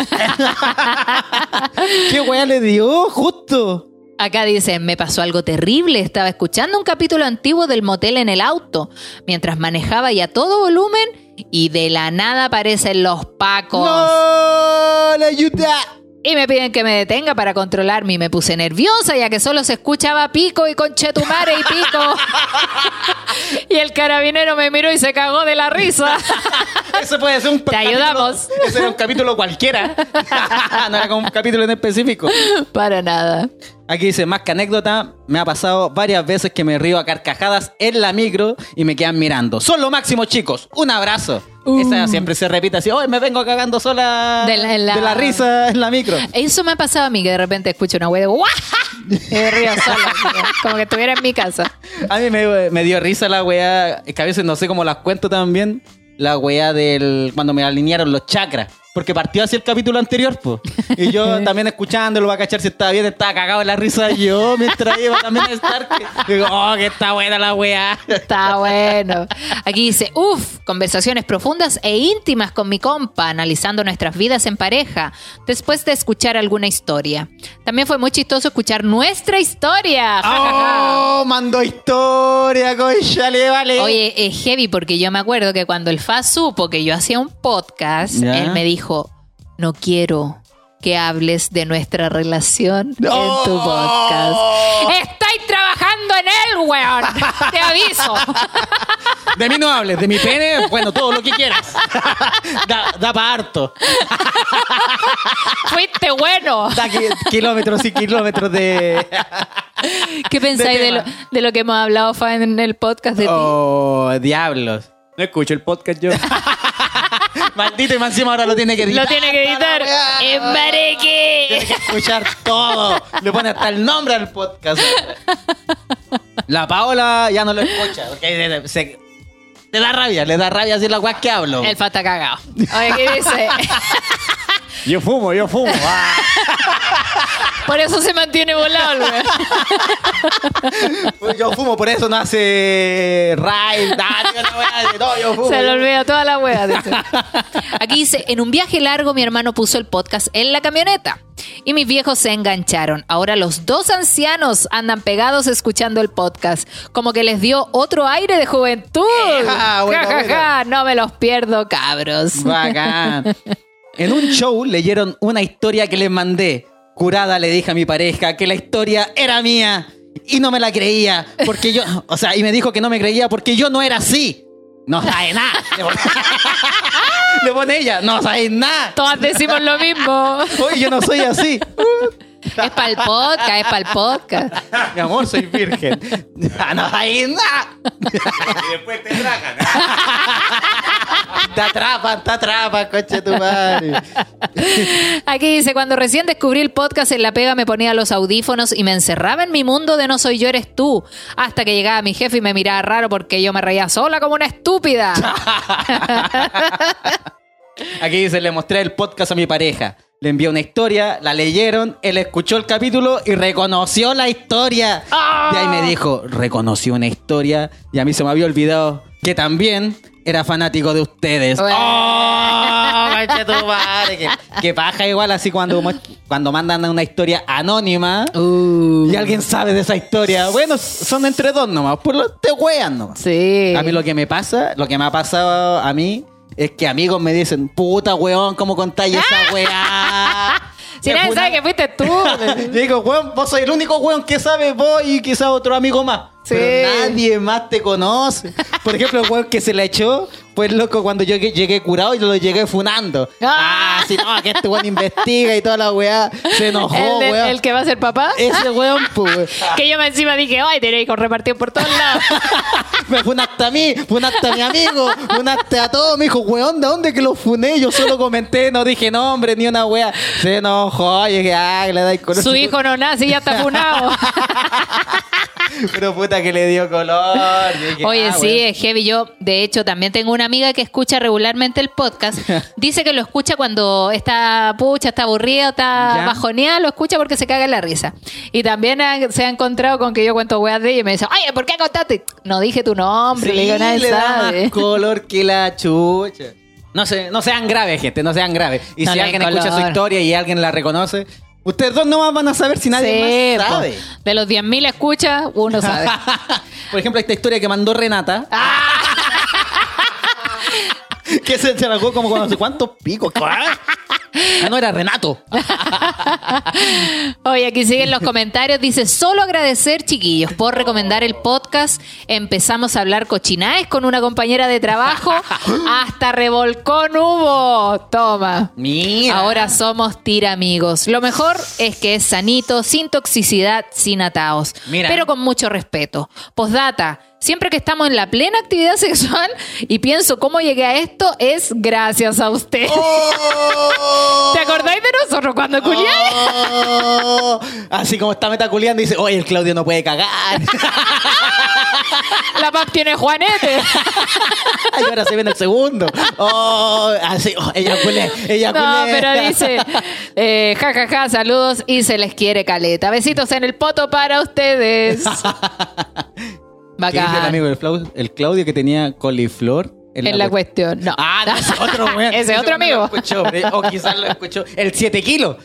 ¿Qué weá le dio? Justo. Acá dice, me pasó algo terrible. Estaba escuchando un capítulo antiguo del motel en el auto, mientras manejaba y a todo volumen, y de la nada aparecen los pacos. ¡No! ¡La ayuda! Y me piden que me detenga para controlarme y me puse nerviosa ya que solo se escuchaba pico y conchetumare y pico. Y el carabinero me miró y se cagó de la risa. Eso puede ser un Te capítulo- ayudamos. Ese era un capítulo cualquiera. No era como un capítulo en específico. Para nada. Aquí dice, más que anécdota, me ha pasado varias veces que me río a carcajadas en la micro y me quedan mirando. Son lo máximo, chicos. Un abrazo. Uh. Esa siempre se repite así, hoy me vengo cagando sola De la- en la- de la risa en la micro. Eso me ha pasado a mí, que de repente escucho una wea de ¡guau! Y me río sola, como que estuviera en mi casa. A mí me, me dio risa la weá, es que a veces no sé cómo las cuento también, la weá del cuando me alinearon los chakras. Porque partió así el capítulo anterior, pues. Y yo también escuchándolo, va a cachar si estaba bien, estaba cagado en la risa yo mientras iba también a estar. Que, digo, oh, que está buena la weá. Está bueno. Aquí dice, uff, conversaciones profundas e íntimas con mi compa, analizando nuestras vidas en pareja, después de escuchar alguna historia. También fue muy chistoso escuchar nuestra historia. Ja, ja, ja. ¡Oh! Mandó historia, conchale, vale. Oye, es heavy porque yo me acuerdo que cuando el F A supo que yo hacía un podcast, ¿Ya? él me dijo, no quiero que hables de nuestra relación en tu ¡Oh! podcast. ¡Estáis trabajando en él, weón! Te aviso. De mí no hables, de mi pene, bueno, todo lo que quieras. Da, da para harto. Fuiste bueno. Da ki- kilómetros y kilómetros de... ¿Qué pensáis de de, lo, tema. de lo que hemos hablado, Fa, en el podcast de ti? Oh, diablos. No escucho el podcast yo. Maldito y más encima ahora lo tiene que editar. Lo tiene que editar. Para la weá. ¡Embareque! Tiene que escuchar todo. Le pone hasta el nombre al podcast. La Paola ya no lo escucha. Porque se, se- le da rabia, le da rabia así la weá que hablo. El Fa está cagado. Oye, ¿qué dice? Yo fumo, yo fumo. Ah. Por eso se mantiene volado, el weón. Pues yo fumo, por eso no hace raid. No, yo fumo. Se le yo- olvida toda la wea. Dice. Aquí dice, en un viaje largo mi hermano puso el podcast en la camioneta. Y mis viejos se engancharon. Ahora los dos ancianos andan pegados escuchando el podcast. Como que les dio otro aire de juventud. Ah, bueno, ja, ja, bueno. ja. No me los pierdo, cabros. Bacán. En un show leyeron una historia que les mandé. Curada le dije a mi pareja que la historia era mía y no me la creía porque yo, o sea, y me dijo que no me creía porque yo no era así. No sabe nada. Le pone, le pone ella, no sabe nada. Todas decimos lo mismo. Oye, yo no soy así. Es para el podcast, es para el podcast. Mi amor, soy virgen. No sabe nada. Y después te tragan. Te atrapan, te atrapan, coche tu madre. Aquí dice, cuando recién descubrí el podcast en La Pega me ponía los audífonos y me encerraba en mi mundo de no soy yo, eres tú. Hasta que llegaba mi jefe y me miraba raro porque yo me reía sola como una estúpida. Aquí dice, le mostré el podcast a mi pareja. Le envié una historia, la leyeron, él escuchó el capítulo y reconoció la historia. ¡Ah! Y ahí me dijo, reconoció una historia y a mí se me había olvidado que también era fanático de ustedes. Bueno. ¡Oh, conche tu madre! Que, que paja igual así cuando, cuando mandan una historia anónima Uh, y alguien sabe de esa historia. Bueno, son entre dos nomás, por lo te wean nomás. sí. A mí lo que me pasa, lo que me ha pasado a mí es que amigos me dicen, puta weón, ¿cómo contáis esa weá? Si Me nadie funa- sabe que fuiste tú. Yo digo, weón, vos sois el único weón que sabe, vos y quizás otro amigo más. Sí. Pero nadie más te conoce. Por ejemplo, el weón que se le echó fue el loco cuando yo que- llegué curado y lo llegué funando. Ah. Ah, si no, que este weón investiga y toda la weá. Se enojó, el, del- weón. el que va a ser papá. Ese weón, pues. Que yo me encima dije, ay, tenéis hijos repartidos por todos lados. Me funaste a mí, funaste a mi amigo, funaste a todos. Me dijo, weón, ¿de dónde que lo funé? Yo solo comenté, no dije nombre ni una wea. Se enojó, y dije, ay, le dais color. Su hijo no nace y ya está funado. Pero puta que le dio color. Yo dije, Oye, ah, sí, weón. es heavy. Yo, de hecho, también tengo una amiga que escucha regularmente el podcast. Dice que lo escucha cuando está pucha, está aburrida, está Ya. bajoneada, lo escucha porque se caga en la risa. Y también ha- se ha encontrado con que yo cuento weas de ella y me dice, oye, ¿por qué contaste? No dije tu nombre, Sí, le digo, nadie le da sabe. más color que la chucha. No, se, no sean graves, gente, no sean graves. Y No si le alguien den escucha su color. historia y alguien la reconoce, ustedes dos nomás van a saber si nadie Sí, más po. sabe. De los diez mil escucha, uno sabe. Por ejemplo, esta historia que mandó Renata. que se encerró como con no sé cuántos picos. Ah, no, era Renato. Oye, aquí siguen los comentarios. Dice, solo agradecer, chiquillos, por recomendar el podcast. Empezamos a hablar cochinaes con una compañera de trabajo. Hasta revolcón hubo. Toma. Mira. Ahora somos tiramigos. Lo mejor es que es sanito, sin toxicidad, sin ataos. Mira. Pero con mucho respeto. Postdata. Siempre que estamos en la plena actividad sexual y pienso cómo llegué a esto, es gracias a usted. Oh. ¿Te acordáis de nosotros cuando culiáis? Oh. Así como está metaculeando y dice, oye, el Claudio no puede cagar. La Pap tiene juanete. Y ahora se viene el segundo. Oh, así, oh, ella culé, ella No, culé. pero dice, eh, ja, ja, ja, saludos y se les quiere caleta. Besitos en el poto para ustedes. ¿Qué dice el Bacán. amigo del Flau- el Claudio que tenía coliflor En la cuestión. No. Ah, no, ese otro weón. Ese otro no amigo. lo escuchó, o quizás lo escuchó. El siete kilos.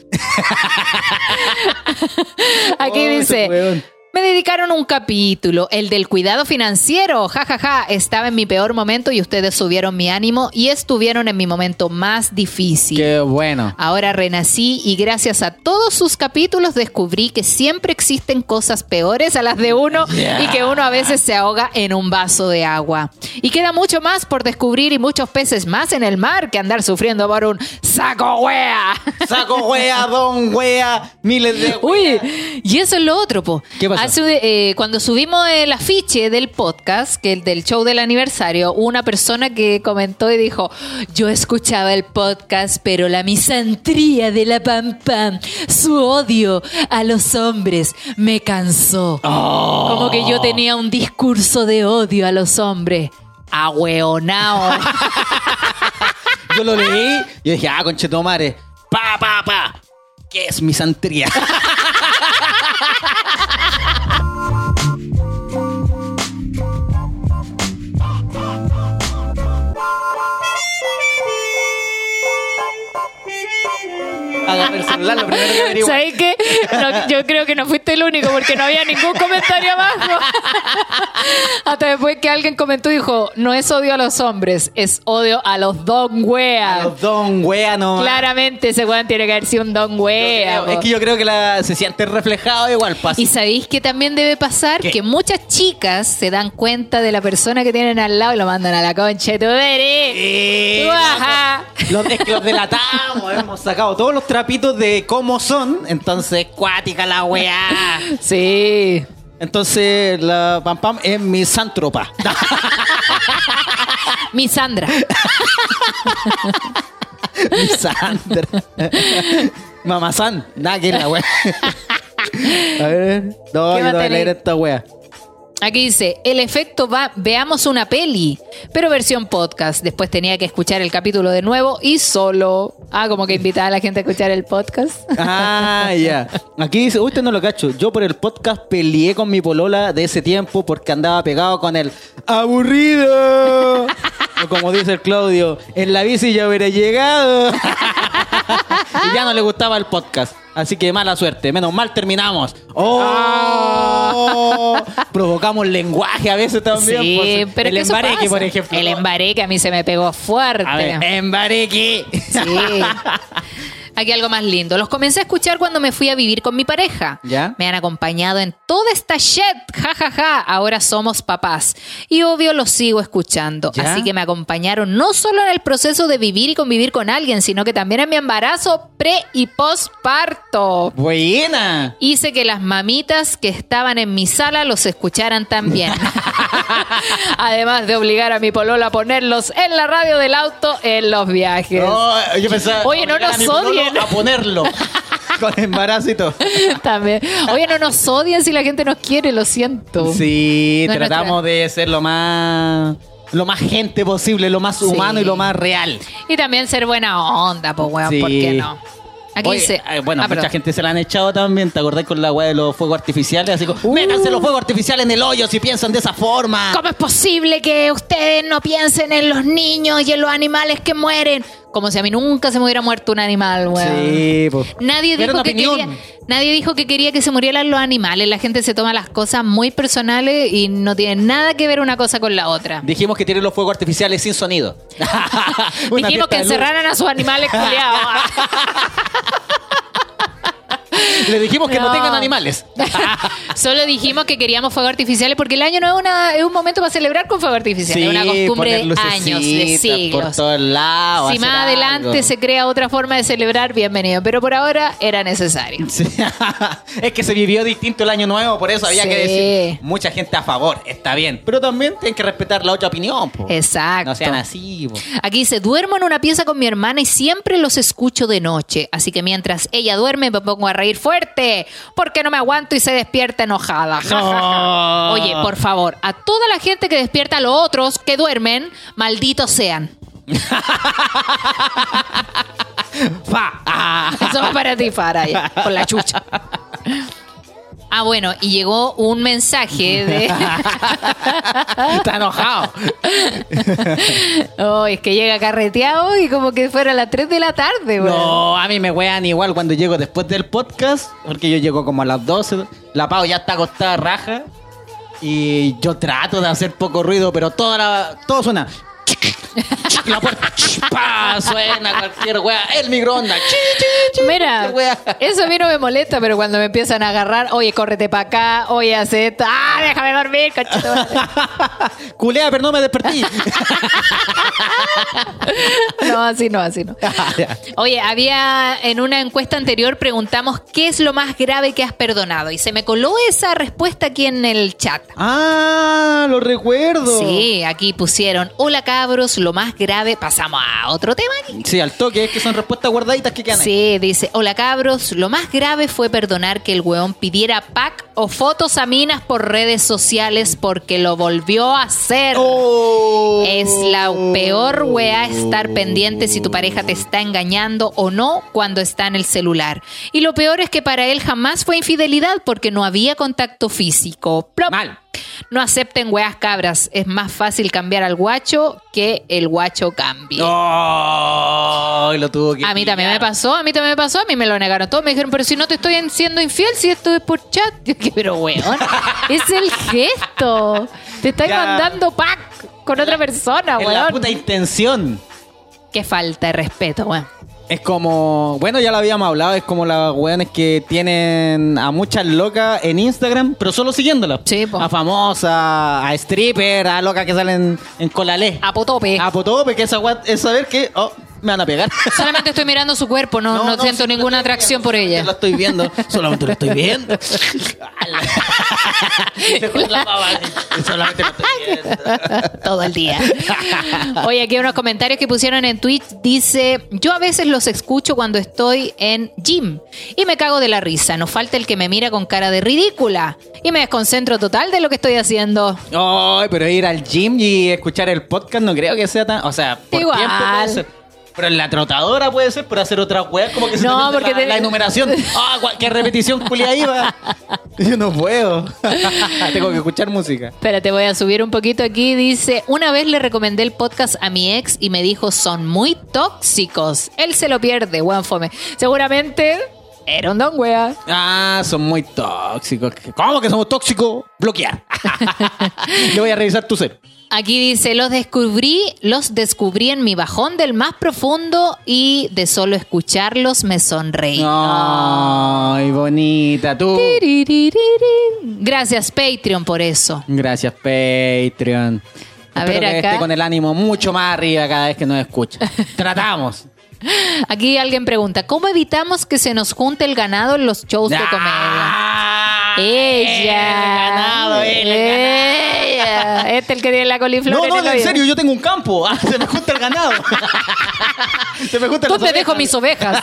Aquí Oh, ese dice, weón. me dedicaron un capítulo, el del cuidado financiero. Ja, ja, ja. Estaba en mi peor momento y ustedes subieron mi ánimo y estuvieron en mi momento más difícil. Qué bueno. Ahora renací y gracias a todos sus capítulos descubrí que siempre existen cosas peores a las de uno Yeah. y que uno a veces se ahoga en un vaso de agua. Y queda mucho más por descubrir y muchos peces más en el mar que andar sufriendo por un saco wea. Saco wea, don wea, miles de Uy, y eso es lo otro, po. ¿Qué pasó? Hace, eh, cuando subimos el afiche del podcast, que el del show del aniversario, hubo una persona que comentó y dijo, yo escuchaba el podcast, pero la misantría de la Pam Pam, su odio a los hombres, me cansó. Oh. Como que yo tenía un discurso de odio a los hombres. Ahueonao. Yo lo leí y dije, ah, conchetomare. Pa, pa, pa. ¿Qué es misantría? Agarré el celular, lo primero que averigué. ¿Sabes qué? No, yo creo que no fuiste el único porque no había ningún comentario abajo. Hasta después que alguien comentó y dijo, no es odio a los hombres, es odio a los don wea. Los don wea no. Claramente ese weón tiene que haber sido un don wea. Es que yo creo que la, se siente reflejado igual. Pasa. ¿Y sabéis que también debe pasar? ¿Qué? Que muchas chicas se dan cuenta de la persona que tienen al lado y lo mandan a la concha de tu madre. Eh, Guaja. Los, es que los delatamos, hemos sacado todos los trapitos de cómo son, entonces cuática la weá. Sí. Entonces la Pam Pam es mi sántropa. Mi Sandra. Mi Sandra. Mamazán, nada que la weá. A ver, no, ¿Qué yo va a no voy a tener? leer esta weá. Aquí dice, el efecto va, veamos una peli, pero versión podcast. Después tenía que escuchar el capítulo de nuevo y solo. Ah, como que invitaba a la gente a escuchar el podcast. Ah, ya. Aquí dice, uy, usted no lo cacho. Yo por el podcast peleé con mi polola de ese tiempo porque andaba pegado con el aburrido. O como dice el Claudio, en la bici ya hubiera llegado. Y ya no le gustaba el podcast. Así que mala suerte. Menos mal terminamos. ¡Oh! Provocamos lenguaje a veces también. Sí, pues. pero el que eso embareque, pasa. por ejemplo. El embareque a mí se me pegó fuerte. A ver, embareque. Sí. Aquí algo más lindo. Los comencé a escuchar cuando me fui a vivir con mi pareja. ¿Ya? Me han acompañado en toda esta shit. Ja, ja, ja. Ahora somos papás. Y obvio los sigo escuchando. ¿Ya? Así que me acompañaron no solo en el proceso de vivir y convivir con alguien, sino que también en mi embarazo pre y posparto. Buena. Hice que las mamitas que estaban en mi sala los escucharan también. Además de obligar a mi polola a ponerlos en la radio del auto en los viajes. No, yo pensaba, Oye, no obligar a nos mi pololo odien. A ponerlo. Con embarazo y todo. También. Oye, no nos odian si la gente nos quiere, lo siento. Sí, No es tratamos nuestra. de ser lo más lo más gente posible, lo más humano Sí. y lo más real. Y también ser buena onda, pues, weón, Sí. ¿por qué no? Aquí Oye, dice... eh, bueno, Ah, mucha perdón. gente se la han echado también. ¿Te acordás con la weá de los fuegos artificiales? Así como, métanse los fuegos artificiales en el hoyo si piensan de esa forma. ¿Cómo es posible que ustedes no piensen en los niños y en los animales que mueren? Como si a mí nunca se me hubiera muerto un animal, weón. Sí, pues. Nadie Era dijo, una que opinión. quería, nadie dijo que quería que se murieran los animales. La gente se toma las cosas muy personales y no tiene nada que ver una cosa con la otra. Dijimos que tienen los fuegos artificiales sin sonido. Una Dijimos fiesta que de luz. encerraran a sus animales culiados. Le dijimos que no, No. tengan animales. Solo dijimos que queríamos fuegos artificiales porque el año no es, una, es un momento para celebrar con fuegos artificiales. es una costumbre de poner años, de lucecitas por siglos. todos lados. Si hacer más adelante algo. se crea otra forma de celebrar, bienvenido. Pero por ahora era necesario. Sí. Es que se vivió distinto el año nuevo, por eso había Sí. que decir mucha gente a favor, está bien. Pero también tienen que respetar la otra opinión. Po. Exacto. No sean así. Po. Aquí dice, duermo en una pieza con mi hermana y siempre los escucho de noche. Así que mientras ella duerme me pongo a reír fuerte porque no me aguanto y se despierta enojada. Ja, ja, ja. No. Oye, por favor, a toda la gente que despierta a los otros que duermen, malditos sean. Fa. Ah. Eso va para ti, Faraya, con la chucha. Ah, bueno, y llegó un mensaje de... Está enojado. Oh, es que llega carreteado y como que fuera a las tres de la tarde, güey. No, a mí me wean igual cuando llego después del podcast, porque yo llego como a las doce. La Pau ya está acostada raja. Y yo trato de hacer poco ruido, pero toda la, todo suena. La puerta pa, suena cualquier wea. El microondas. Mira, Qué wea. eso a mí no me molesta, pero cuando me empiezan a agarrar, oye, córrete para acá, oye, hace esto, ah, déjame dormir, conchito. Culea, pero no me despertí. No, así no, así no. Oye, había en una encuesta anterior preguntamos qué es lo más grave que has perdonado y se me coló esa respuesta aquí en el chat. Ah, lo recuerdo. Sí, aquí pusieron, hola cabros, lo más grave, pasamos a otro tema aquí. Sí, al toque, es que son respuestas guardaditas que quedan ahí. Sí, dice, hola cabros, lo más grave fue perdonar que el weón pidiera pack o fotos a minas por redes sociales porque lo volvió a hacer. Oh. Es la peor weá estar pendiente si tu pareja te está engañando o no cuando está en el celular. Y lo peor es que para él jamás fue infidelidad porque no había contacto físico. Plop. Mal. No acepten weas cabras. Es más fácil cambiar al guacho que el guacho cambie. Oh, lo tuvo que A mí también me pillar. pasó, a mí también me pasó, a mí me lo negaron todos. Me dijeron, pero si no te estoy siendo infiel, si esto es por chat. Yo dije, pero weón, es el gesto. Te estáis Ya. mandando pack con otra persona, Es la weón. puta intención. Qué falta de respeto, weón. Es como, bueno, ya lo habíamos hablado, es como las weones que tienen a muchas locas en Instagram, pero solo siguiéndolas. Sí, po. A famosas, a stripper, a locas que salen en colalé. A potope. A potope, que esa weá es saber que, oh, me van a pegar. Solamente estoy mirando su cuerpo, no, no, siento sí, ninguna lo estoy atracción viendo, por ella. Lo estoy viendo, solamente lo estoy viendo. Se fue la baba, solamente lo estoy viendo. Todo el día. Oye, aquí hay unos comentarios que pusieron en Twitch. Dice, yo a veces los escucho cuando estoy en gym y me cago de la risa. No falta el que me mira con cara de ridícula y me desconcentro total de lo que estoy haciendo. Ay, pero ir al gym y escuchar el podcast no creo que sea tan... O sea, por Igual. tiempo puede ser. Pero en la trotadora puede ser, pero hacer otra weá como que se No, te mete porque la, te- la enumeración. Ah, gua- qué repetición culia iba. Yo no puedo. Tengo que escuchar música. Espérate, voy a subir un poquito aquí. Dice, una vez le recomendé el podcast a mi ex y me dijo, son muy tóxicos. Él se lo pierde, weón fome. Seguramente era un don wea. Ah, son muy tóxicos. ¿Cómo que somos tóxicos? Bloquear. Le voy a revisar tu ser. Aquí dice, los descubrí, los descubrí en mi bajón del más profundo y de solo escucharlos me sonreí. Ay, bonita, tú. Tiririririn. Gracias Patreon por eso. Gracias, Patreon. A Espero ver, que acá. esté con el ánimo mucho más arriba cada vez que nos escucha. Tratamos. Aquí alguien pregunta, ¿cómo evitamos que se nos junte el ganado en los shows de comedia? Ah, Ella. El ganado, el ganado. Ella. Este es el que tiene la coliflor No, en no, el en oído. serio, yo tengo un campo. Ah, se me junta el ganado. Se me juntan las ¿Dónde dejo ovejas. mis ovejas?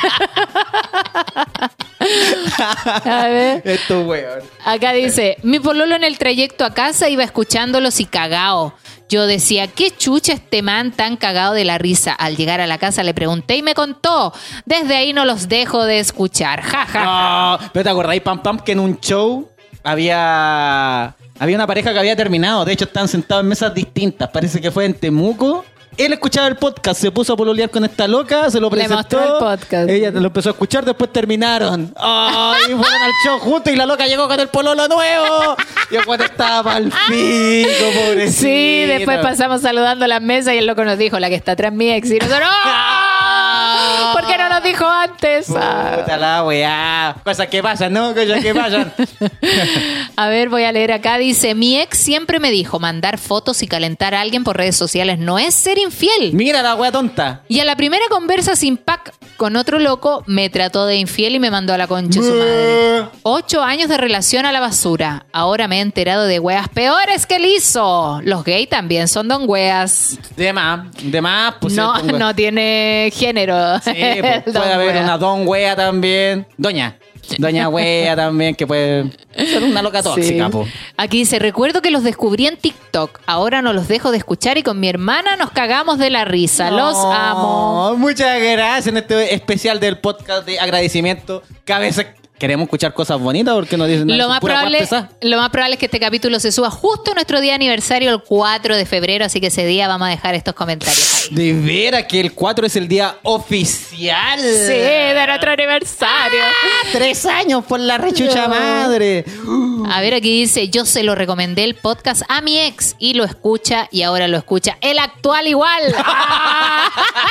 A ver. Esto, weón. Acá dice, mi pololo en el trayecto a casa iba escuchándolos y cagao. Yo decía, ¿qué chucha este man tan cagado de la risa? Al llegar a la casa le pregunté y me contó. Desde ahí no los dejo de escuchar. Ja, ja, ja. No, pero te acordáis, Pam Pam, que en un show había había una pareja que había terminado. De hecho, estaban sentados en mesas distintas. Parece que fue en Temuco. Él escuchaba el podcast, se puso a pololear con esta loca, se lo Le presentó. mostró el podcast. Ella lo empezó a escuchar, después terminaron. Ay, fueron al show juntos y la loca llegó con el pololo nuevo. Y el cuate estaba al pico, pobrecito. Sí, después pasamos saludando las mesas y el loco nos dijo, la que está atrás mi ex. Y nosotros, ¡no! ¿Por qué no nos dijo antes? Ah. Puta la weá. Cosas que pasan, ¿no? Cosas que pasan. A ver, voy a leer acá. Dice, mi ex siempre me dijo, mandar fotos y calentar a alguien por redes sociales no es ser infiel. Mira la weá tonta. Y a la primera conversa sin pack con otro loco, me trató de infiel y me mandó a la concha de su madre. Ocho años de relación a la basura. Ahora me he enterado de weas peores que él hizo. Los gays también son don weas. De más, de más, pues no, sí, pongo- no tiene género. Sí, pues, El don puede haber wea. una don wea también. Doña. Doña wea también, que puede ser una loca tóxica, Sí. po. Aquí dice, recuerdo que los descubrí en TikTok. Ahora no los dejo de escuchar y con mi hermana nos cagamos de la risa. Los No, amo. Muchas gracias en este especial del podcast de agradecimiento. Que a veces queremos escuchar cosas bonitas porque nos dicen Lo "No, más, pura probable, guas pesada". lo más probable es que este capítulo se suba justo nuestro día de aniversario, el cuatro de febrero, así que ese día vamos a dejar estos comentarios ahí. De veras que el cuatro es el día oficial. Sí, de nuestro aniversario. Tres años por la rechucha No. madre. A ver, aquí dice, yo se lo recomendé el podcast a mi ex y lo escucha y ahora lo escucha el actual igual. ¡Ah!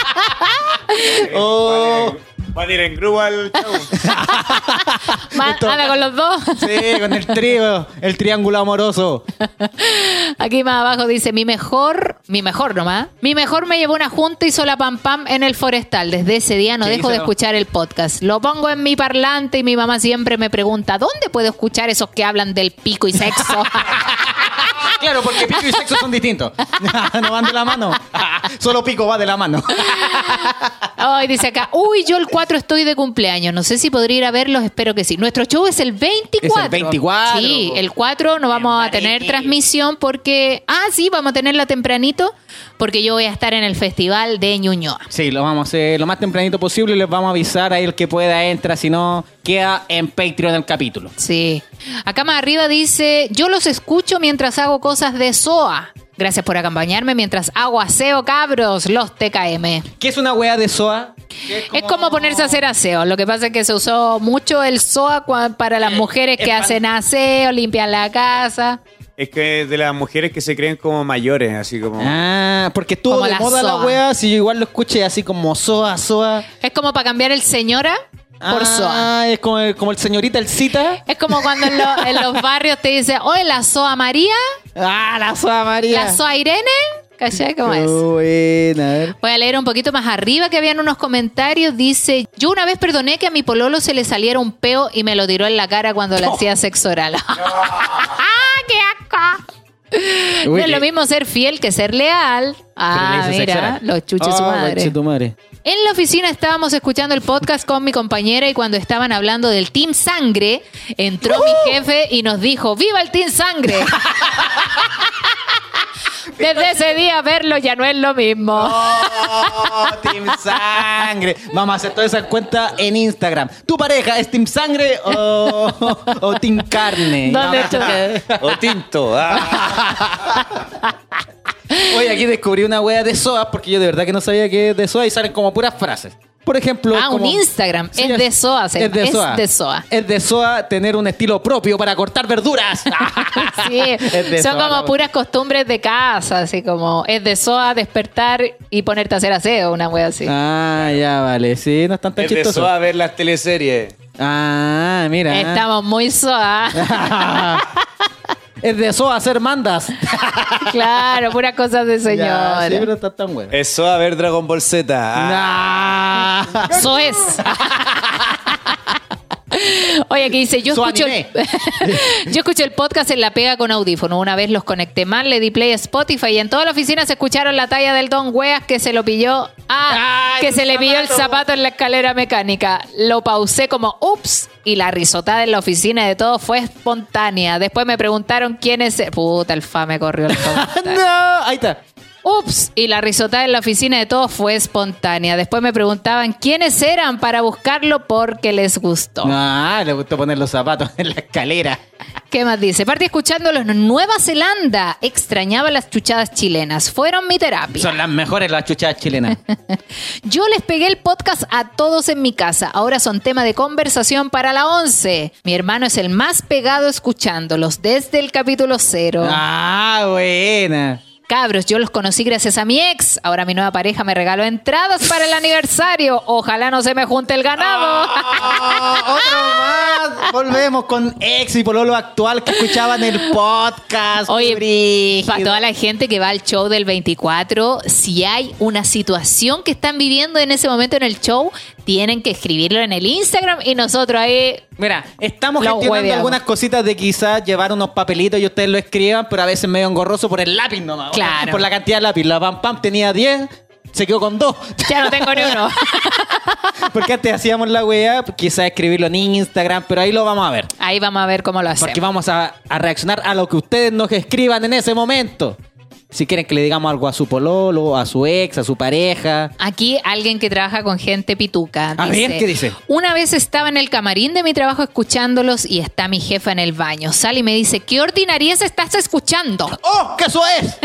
Oh. Van a ir en grúa al show. Ma- Anda con los dos. Sí, con el trío, el triángulo amoroso. Aquí más abajo dice, mi mejor, mi mejor nomás, mi mejor me llevó una junta y hizo la pam pam en el forestal. Desde ese día no ¿Qué dejo de hizo? escuchar el podcast. Lo pongo en mi parlante y mi mamá siempre me pregunta, ¿dónde puedo escuchar esos que hablan del pico y sexo? claro, porque pico y sexo son distintos. No van de la mano. Solo pico va de la mano. Ay, dice acá, uy, yo el cuatro estoy de cumpleaños. No sé si podría ir a verlos, espero que sí. Nuestro show es el veinticuatro. Es el veinticuatro. Sí, el cuatro no vamos a tener transmisión porque... Ah, sí, vamos a tenerla tempranito porque yo voy a estar en el festival de Ñuñoa. Sí, lo vamos a hacer lo más tempranito posible y les vamos a avisar ahí el que pueda entra, si no, queda en Patreon el capítulo. Sí. Acá más arriba dice, yo los escucho mientras hago cosas de S O A. Gracias por acompañarme mientras hago aseo, cabros, los T K M. ¿Qué es una wea de S O A? Es como ponerse a hacer aseo. Lo que pasa es que se usó mucho el S O A cua- para las mujeres que hacen aseo, limpian la casa. Es que de las mujeres que se creen como mayores, así como... Ah, porque estuvo Como de la moda S O A. la wea, si yo igual lo escuché así como S O A, S O A. Es como para cambiar el señora por S O A. Ah, es como el, como el señorita el cita. Es como cuando en, lo- en los barrios te dicen, oye, la S O A María, Ah, la S O A María. la S O A Irene. ¿Cachai? ¿Cómo Qué es? buena, a ver. Voy a leer un poquito más arriba que habían unos comentarios. Dice, yo una vez perdoné que a mi pololo se le saliera un peo y me lo tiró en la cara cuando le hacía sexo oral. ¡Ah, qué asco! Uy, No es qué- lo mismo ser fiel que ser leal. Ah, Pero le hice sexo mira, oral. los chuches su Oh, madre. conche tu madre. En la oficina estábamos escuchando el podcast con mi compañera y cuando estaban hablando del Team Sangre, entró mi jefe y nos dijo, ¡viva el Team Sangre! Desde ese día verlo ya no es lo mismo. Oh, Team Sangre. Vamos a hacer toda esa cuenta en Instagram. ¿Tu pareja es Team Sangre o, o Team Carne? ¿Dónde No, está? O tinto. Ah. Oye, aquí descubrí una wea de S O A porque yo de verdad que no sabía que es de S O A y salen como puras frases. Por ejemplo, Ah, un como- Instagram. Sí, Es de S O A, se Es de llama. S O A. Es de S O A. Es de S O A tener un estilo propio para cortar verduras. Sí, Es de son S O A, como la- puras costumbres de casa, así como es de S O A despertar y ponerte a hacer aseo, una wea así. Ah, ya vale. Sí, no están tan Es de chistosos. eso a ver las teleseries. Ah, mira. Estamos muy S O A. Es de S O A hacer mandas. Claro, puras cosas de Ya, señora. sí, pero está tan bueno. Eso a ver Dragon Ball Z. Ah. Nah. Eso es. Oye, aquí dice, yo Su escucho, el, anime. yo escucho el podcast en la pega con audífono. Una vez los conecté mal, le di play a Spotify y en toda la oficina se escucharon la talla del Don Weas que se lo pilló. Ah, Ay, que el se le pilló el zapato. zapato en la escalera mecánica. Lo pausé como ups y la risotada en la oficina de todos fue espontánea. Después me preguntaron quién es. Puta, el fa me corrió el comentario. No, ahí está. Ups, y la risotada en la oficina de todos fue espontánea. Después me preguntaban quiénes eran para buscarlo porque les gustó. Ah, le gustó poner los zapatos en la escalera. ¿Qué más dice? Partí escuchándolos en Nueva Zelanda. Extrañaba las chuchadas chilenas. Fueron mi terapia. Son las mejores las chuchadas chilenas. Yo les pegué el podcast a todos en mi casa. Ahora son tema de conversación para la once. Mi hermano es el más pegado escuchándolos desde el capítulo cero. Ah, buena. Cabros, yo los conocí gracias a mi ex. Ahora mi nueva pareja me regaló entradas para el aniversario. Ojalá no se me junte el ganado. Ah, otro más. Volvemos con ex y pololo actual que escuchaban el podcast. Oye, Brígido. para toda la gente que va al show del veinticuatro, si hay una situación que están viviendo en ese momento en el show, tienen que escribirlo en el Instagram y nosotros ahí... Mira, estamos Lo gestionando hueveamos. algunas cositas de quizás llevar unos papelitos y ustedes lo escriban, pero a veces medio engorroso por el lápiz nomás. Claro. Por la cantidad de lápiz. La Pam Pam tenía diez, se quedó con dos. Ya no tengo ni uno. Porque antes hacíamos la weá, quizás escribirlo en Instagram, pero ahí lo vamos a ver. Ahí vamos a ver cómo lo Porque hacemos. vamos a, a reaccionar a lo que ustedes nos escriban en ese momento. Si quieren que le digamos algo a su pololo, a su ex, a su pareja. Aquí alguien que trabaja con gente pituca. A ver, ¿qué dice? Una vez estaba en el camarín de mi trabajo escuchándolos y está mi jefa en el baño. Sale y me dice, ¿qué ordinariez estás escuchando? ¡Oh, que eso es!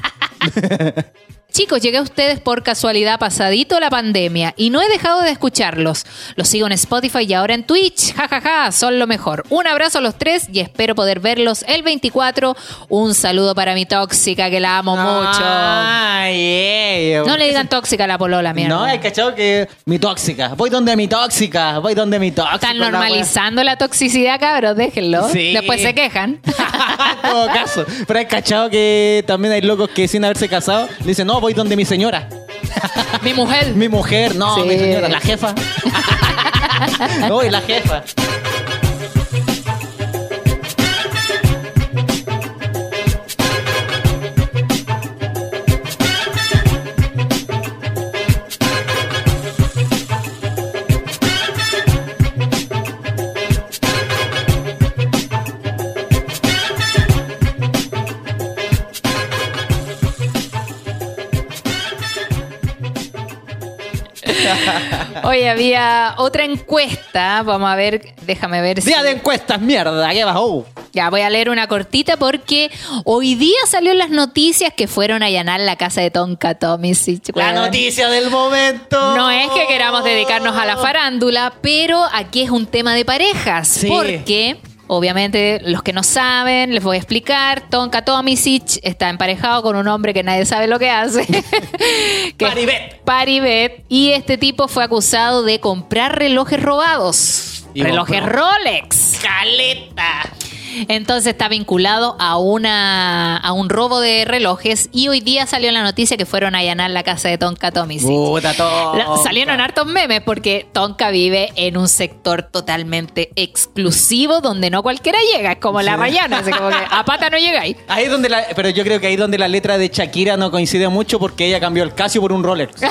Chicos, llegué a ustedes por casualidad pasadito la pandemia y no he dejado de escucharlos. Los sigo en Spotify y ahora en Twitch. Ja, ja, ja, son lo mejor. Un abrazo a los tres y espero poder verlos el veinticuatro. Un saludo para mi tóxica, que la amo mucho. Ay, ey, No le digan tóxica a la polola, mierda. No, hay cachado que mi tóxica. Voy donde mi tóxica. Voy donde mi tóxica. Están normalizando la toxicidad, cabros, déjenlo. Sí. Después se quejan. En todo caso. Pero hay cachado que también hay locos que sin haberse casado le dicen, no, voy donde mi señora. Mi mujer. Mi mujer, no, Sí. mi señora, la jefa. No, y la jefa. Oye, había otra encuesta. Vamos a ver, déjame ver si... Día de encuestas, mierda. ¿Qué pasó? Ya, voy a leer una cortita porque hoy día salió en las noticias que fueron a allanar la casa de Tonka Tomisic. La weón. noticia del momento. No es que queramos dedicarnos a la farándula, pero aquí es un tema de parejas. Sí. Porque, obviamente, los que no saben, les voy a explicar. Tonka Tomisic está emparejado con un hombre que nadie sabe lo que hace. que es Paribet. Paribet. Y este tipo fue acusado de comprar relojes robados. Y relojes compró. Rolex. Caleta. Entonces está vinculado a una a un robo de relojes y hoy día salió la noticia que fueron a allanar la casa de Tonka Tomisic. Puta, Tonka. La- Salieron hartos memes porque Tonka vive en un sector totalmente exclusivo donde no cualquiera llega, es como la Rayana, así como que a pata no llegáis. Ahí es donde la, pero yo creo que ahí es donde la letra de Shakira no coincide mucho porque ella cambió el Casio por un Rolex.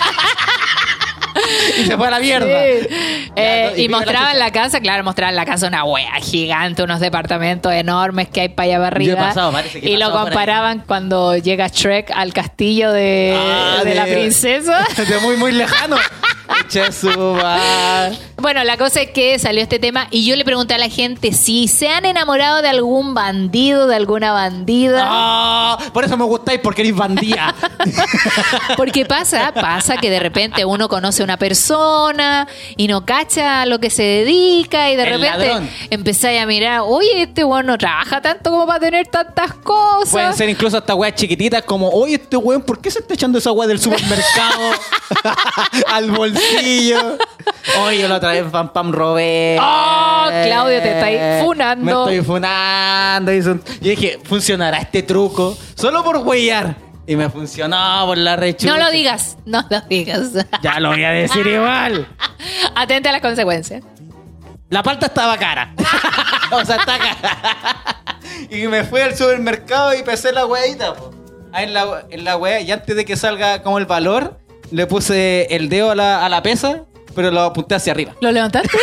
Y se fue a la mierda. Sí. Eh, Ya, y y vive la mostraban chucha. la casa, claro, mostraban la casa una wea gigante, unos departamentos enormes que hay para allá para arriba. Yo he pasado, parece que he y lo pasado por ahí. comparaban cuando llega Shrek al castillo de, Ah, de la princesa. De muy, muy lejano. Echa su madre. Bueno, la cosa es que salió este tema y yo le pregunté a la gente si se han enamorado de algún bandido, de alguna bandida. Ah, por eso me gustáis, porque eres bandía. Porque pasa, pasa que de repente uno conoce a una persona y no cacha a lo que se dedica y de El repente ladrón. empezáis a mirar, oye, este weón no trabaja tanto como para tener tantas cosas. Pueden ser incluso hasta weas chiquititas como, oye, este weón, ¿por qué se está echando esa wea del supermercado al bolsillo? Oye, la otra vez pam pam robé. Oh, Claudio, te estáis funando. Me estoy funando. Y son- Yo dije, ¿funcionará este truco? Solo por huellar. Y me funcionó por la rechucha. No lo digas, no lo digas. Ya lo voy a decir igual. Atente a las consecuencias. La palta estaba cara. O sea, está cara. Y me fui al supermercado y pesé la hueadita, po. Ahí en la, en la hueá. Y antes de que salga como el valor, le puse el dedo a la, a la pesa, pero lo apunté hacia arriba. ¿Lo levantaste?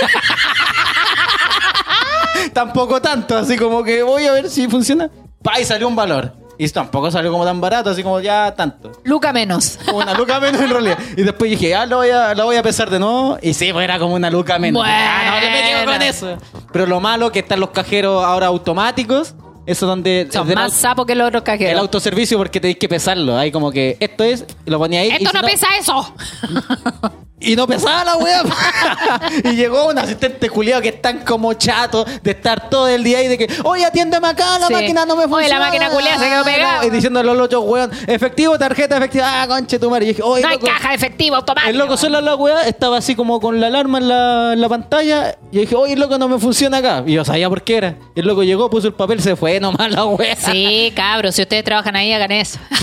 Tampoco tanto, así como que voy a ver si funciona. Pa, y salió un valor. Y tampoco salió como tan barato, así como ya tanto. Luca menos. Como una luca menos en realidad. Y después dije, ah, lo voy a, lo voy a pesar de nuevo. Y sí, pues era como una luca menos. Bueno. Ah, no, me quedo con eso. Pero lo malo que están los cajeros ahora automáticos. Eso donde... Son del más auto- sapos que los otros cajeros. el autoservicio porque tenéis que pesarlo. Ahí como que esto es, lo ponía ahí. y ¡Esto si no pesa eso! Y no pesaba la wea. Y llegó un asistente culiado que están como chatos de estar todo el día ahí de que, oye, atiéndeme acá, la Sí. máquina no me Oye, funciona. la máquina culiada se quedó Ah, pegada. no. Y diciendo a los otros weón, efectivo, tarjeta efectiva, ah, conche tu madre. Y dije, oye, No hay loco, caja de efectivo automático. el loco sola la weá estaba así como con la alarma en la, en la pantalla. Y yo dije, oye, loco, no me funciona acá. Y yo sabía por qué era. Y el loco llegó, puso el papel, se fue nomás la wea. Sí, cabros, si ustedes trabajan ahí, hagan eso. Sí.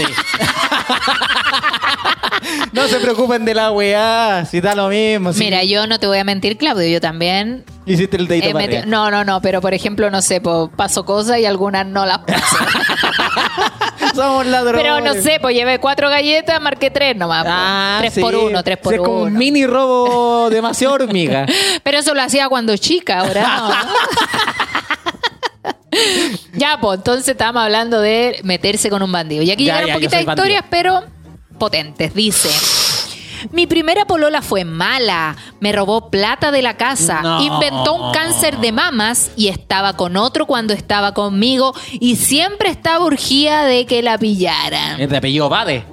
No se preocupen de la weá, si da lo mismo. si Mira, yo no te voy a mentir, Claudio, yo también... hiciste el dedito he para metido- arriba. no, no, no, pero por ejemplo, no sé, po, paso cosas y algunas no las paso. Somos ladrones. Pero no sé, pues llevé cuatro galletas, marqué tres nomás. po. Ah, tres sí. por uno, tres por Sí, es como un uno. mini robo demasiado hormiga. Pero eso lo hacía cuando chica, ahora no. Ya, pues, entonces estábamos hablando de meterse con un bandido. Y aquí Ya, llegan ya, un yo poquito de soy historias, pero potentes. Dice: mi primera polola fue mala, me robó plata de la casa, No. inventó un cáncer de mamas y estaba con otro cuando estaba conmigo y siempre estaba urgida de que la pillaran. Es de apellido Bade.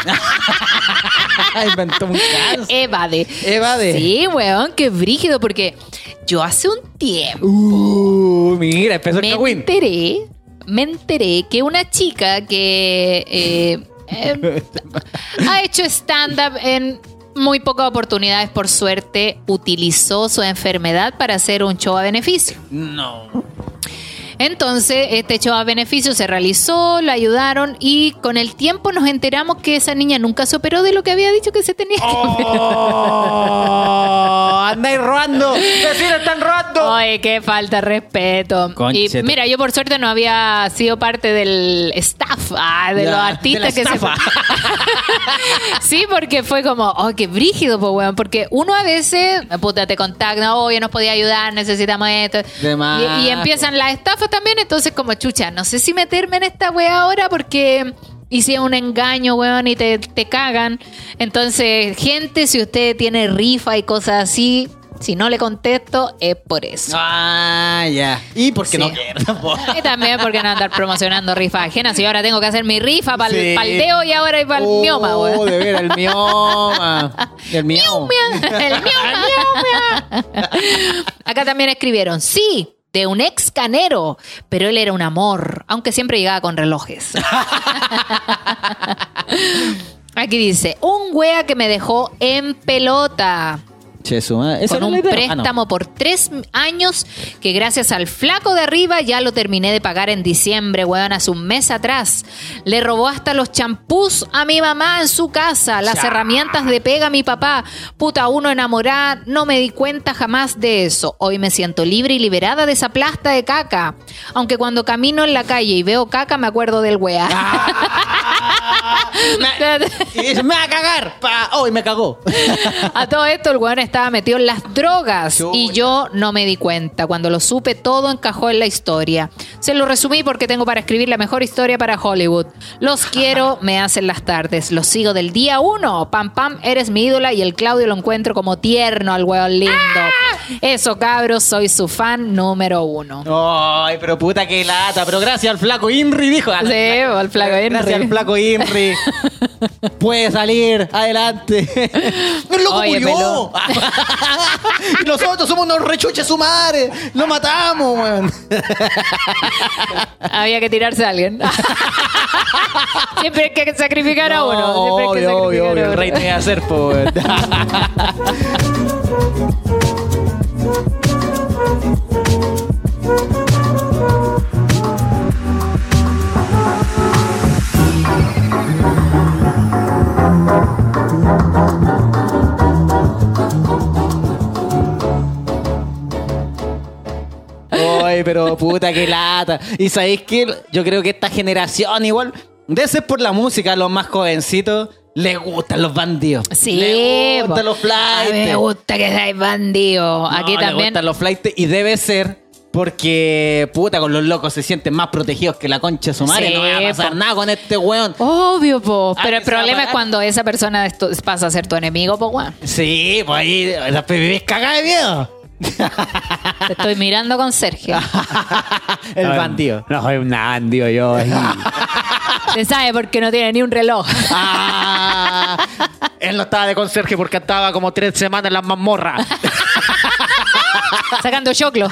Inventó un cáncer. Evade. Evade. Sí, weón, qué brígido, porque yo hace un tiempo Uh, mira, empezó el me cagüín. enteré, me enteré que una chica que eh, eh, ha hecho stand-up en muy pocas oportunidades, por suerte, utilizó su enfermedad para hacer un show a beneficio. No. Entonces, este show a beneficio se realizó, la ayudaron y con el tiempo nos enteramos que esa niña nunca se operó de lo que había dicho que se tenía que operar. ¡Oh! ¡Andáis robando! ¡Vecinos están robando! Ay, qué falta de respeto. Concheta. Y mira, yo por suerte no había sido parte del staff, ah, de Ya, los artistas de que la se estafa. Sí, porque fue como, oh, qué brígido, pues, weón. Porque uno a veces, puta, te contacta, oye, nos podía ayudar, necesitamos esto. De más, Y, y empiezan las estafas también, entonces como, chucha, no sé si meterme en esta wea ahora porque Y si es un engaño, weón, y te, te cagan. Entonces, gente, si usted tiene rifa y cosas así, si no le contesto, es por eso. Ah, ya. Y porque Sí. no quiero tampoco. Y también porque no andar promocionando rifas ajenas. Y ahora tengo que hacer mi rifa para el Sí. dedo y ahora para el Oh, mioma, weón. de veras, el mioma. El miau. El mioma. Acá también escribieron, sí, de un ex canero, pero él era un amor, aunque siempre llegaba con relojes. Aquí dice, un wea que me dejó en pelota. Che, su madre. ¿Esa Con no es un la idea? Ah, no. préstamo por tres años que gracias al flaco de arriba ya lo terminé de pagar en diciembre, weón, hace un mes atrás. Le robó hasta los champús a mi mamá en su casa, las herramientas de pega a mi papá. Puta, uno enamorada, no me di cuenta jamás de eso. Hoy me siento libre y liberada de esa plasta de caca. Aunque cuando camino en la calle y veo caca me acuerdo del weá. Y dice, me va a cagar. Pa. Oh, y me cagó. A todo esto el weón estaba metido en las drogas Chuta. y yo no me di cuenta. Cuando lo supe todo encajó en la historia. Se lo resumí porque tengo para escribir la mejor historia para Hollywood. Los quiero, me hacen las tardes. Los sigo del día uno. Pam Pam, eres mi ídola y el Claudio lo encuentro como tierno al weón lindo. Eso cabros, soy su fan número uno. Ay, pero puta que lata. Pero gracias al flaco Inri, dijo. Sí, al flaco Inri. Gracias al flaco Inri. Puede salir, adelante. El loco Oye, murió. Y nosotros somos unos rechuches su madre. Lo matamos, weón. Había que tirarse a alguien. Siempre hay que sacrificar a uno. No, Siempre hay que obvio, sacrificar obvio, a obvio. uno. El rey tiene que hacer, po, weón. Ay, pero puta que lata. Y sabéis que yo creo que esta generación igual, de ser por la música, los más jovencitos, les gustan los bandidos. Sí, les gustan po. los A mí flights. me gusta que seáis bandidos. Aquí No, les también. gustan los flights y debe ser porque, puta, con los locos se sienten más protegidos que la concha de su madre. Sí, No va a pasar po. nada con este weón. Obvio, po. Ah, Pero el que se va a problema es parar. cuando esa persona esto- pasa a ser tu enemigo, po, weón. Sí, pues ahí después vivís cagada de miedo. Te estoy mirando con Sergio. El bandido. No, soy un bandido yo. ahí. Se sabe porque no tiene ni un reloj. Ah, él no estaba de conserje porque estaba como tres semanas en las mazmorras. Sacando choclo.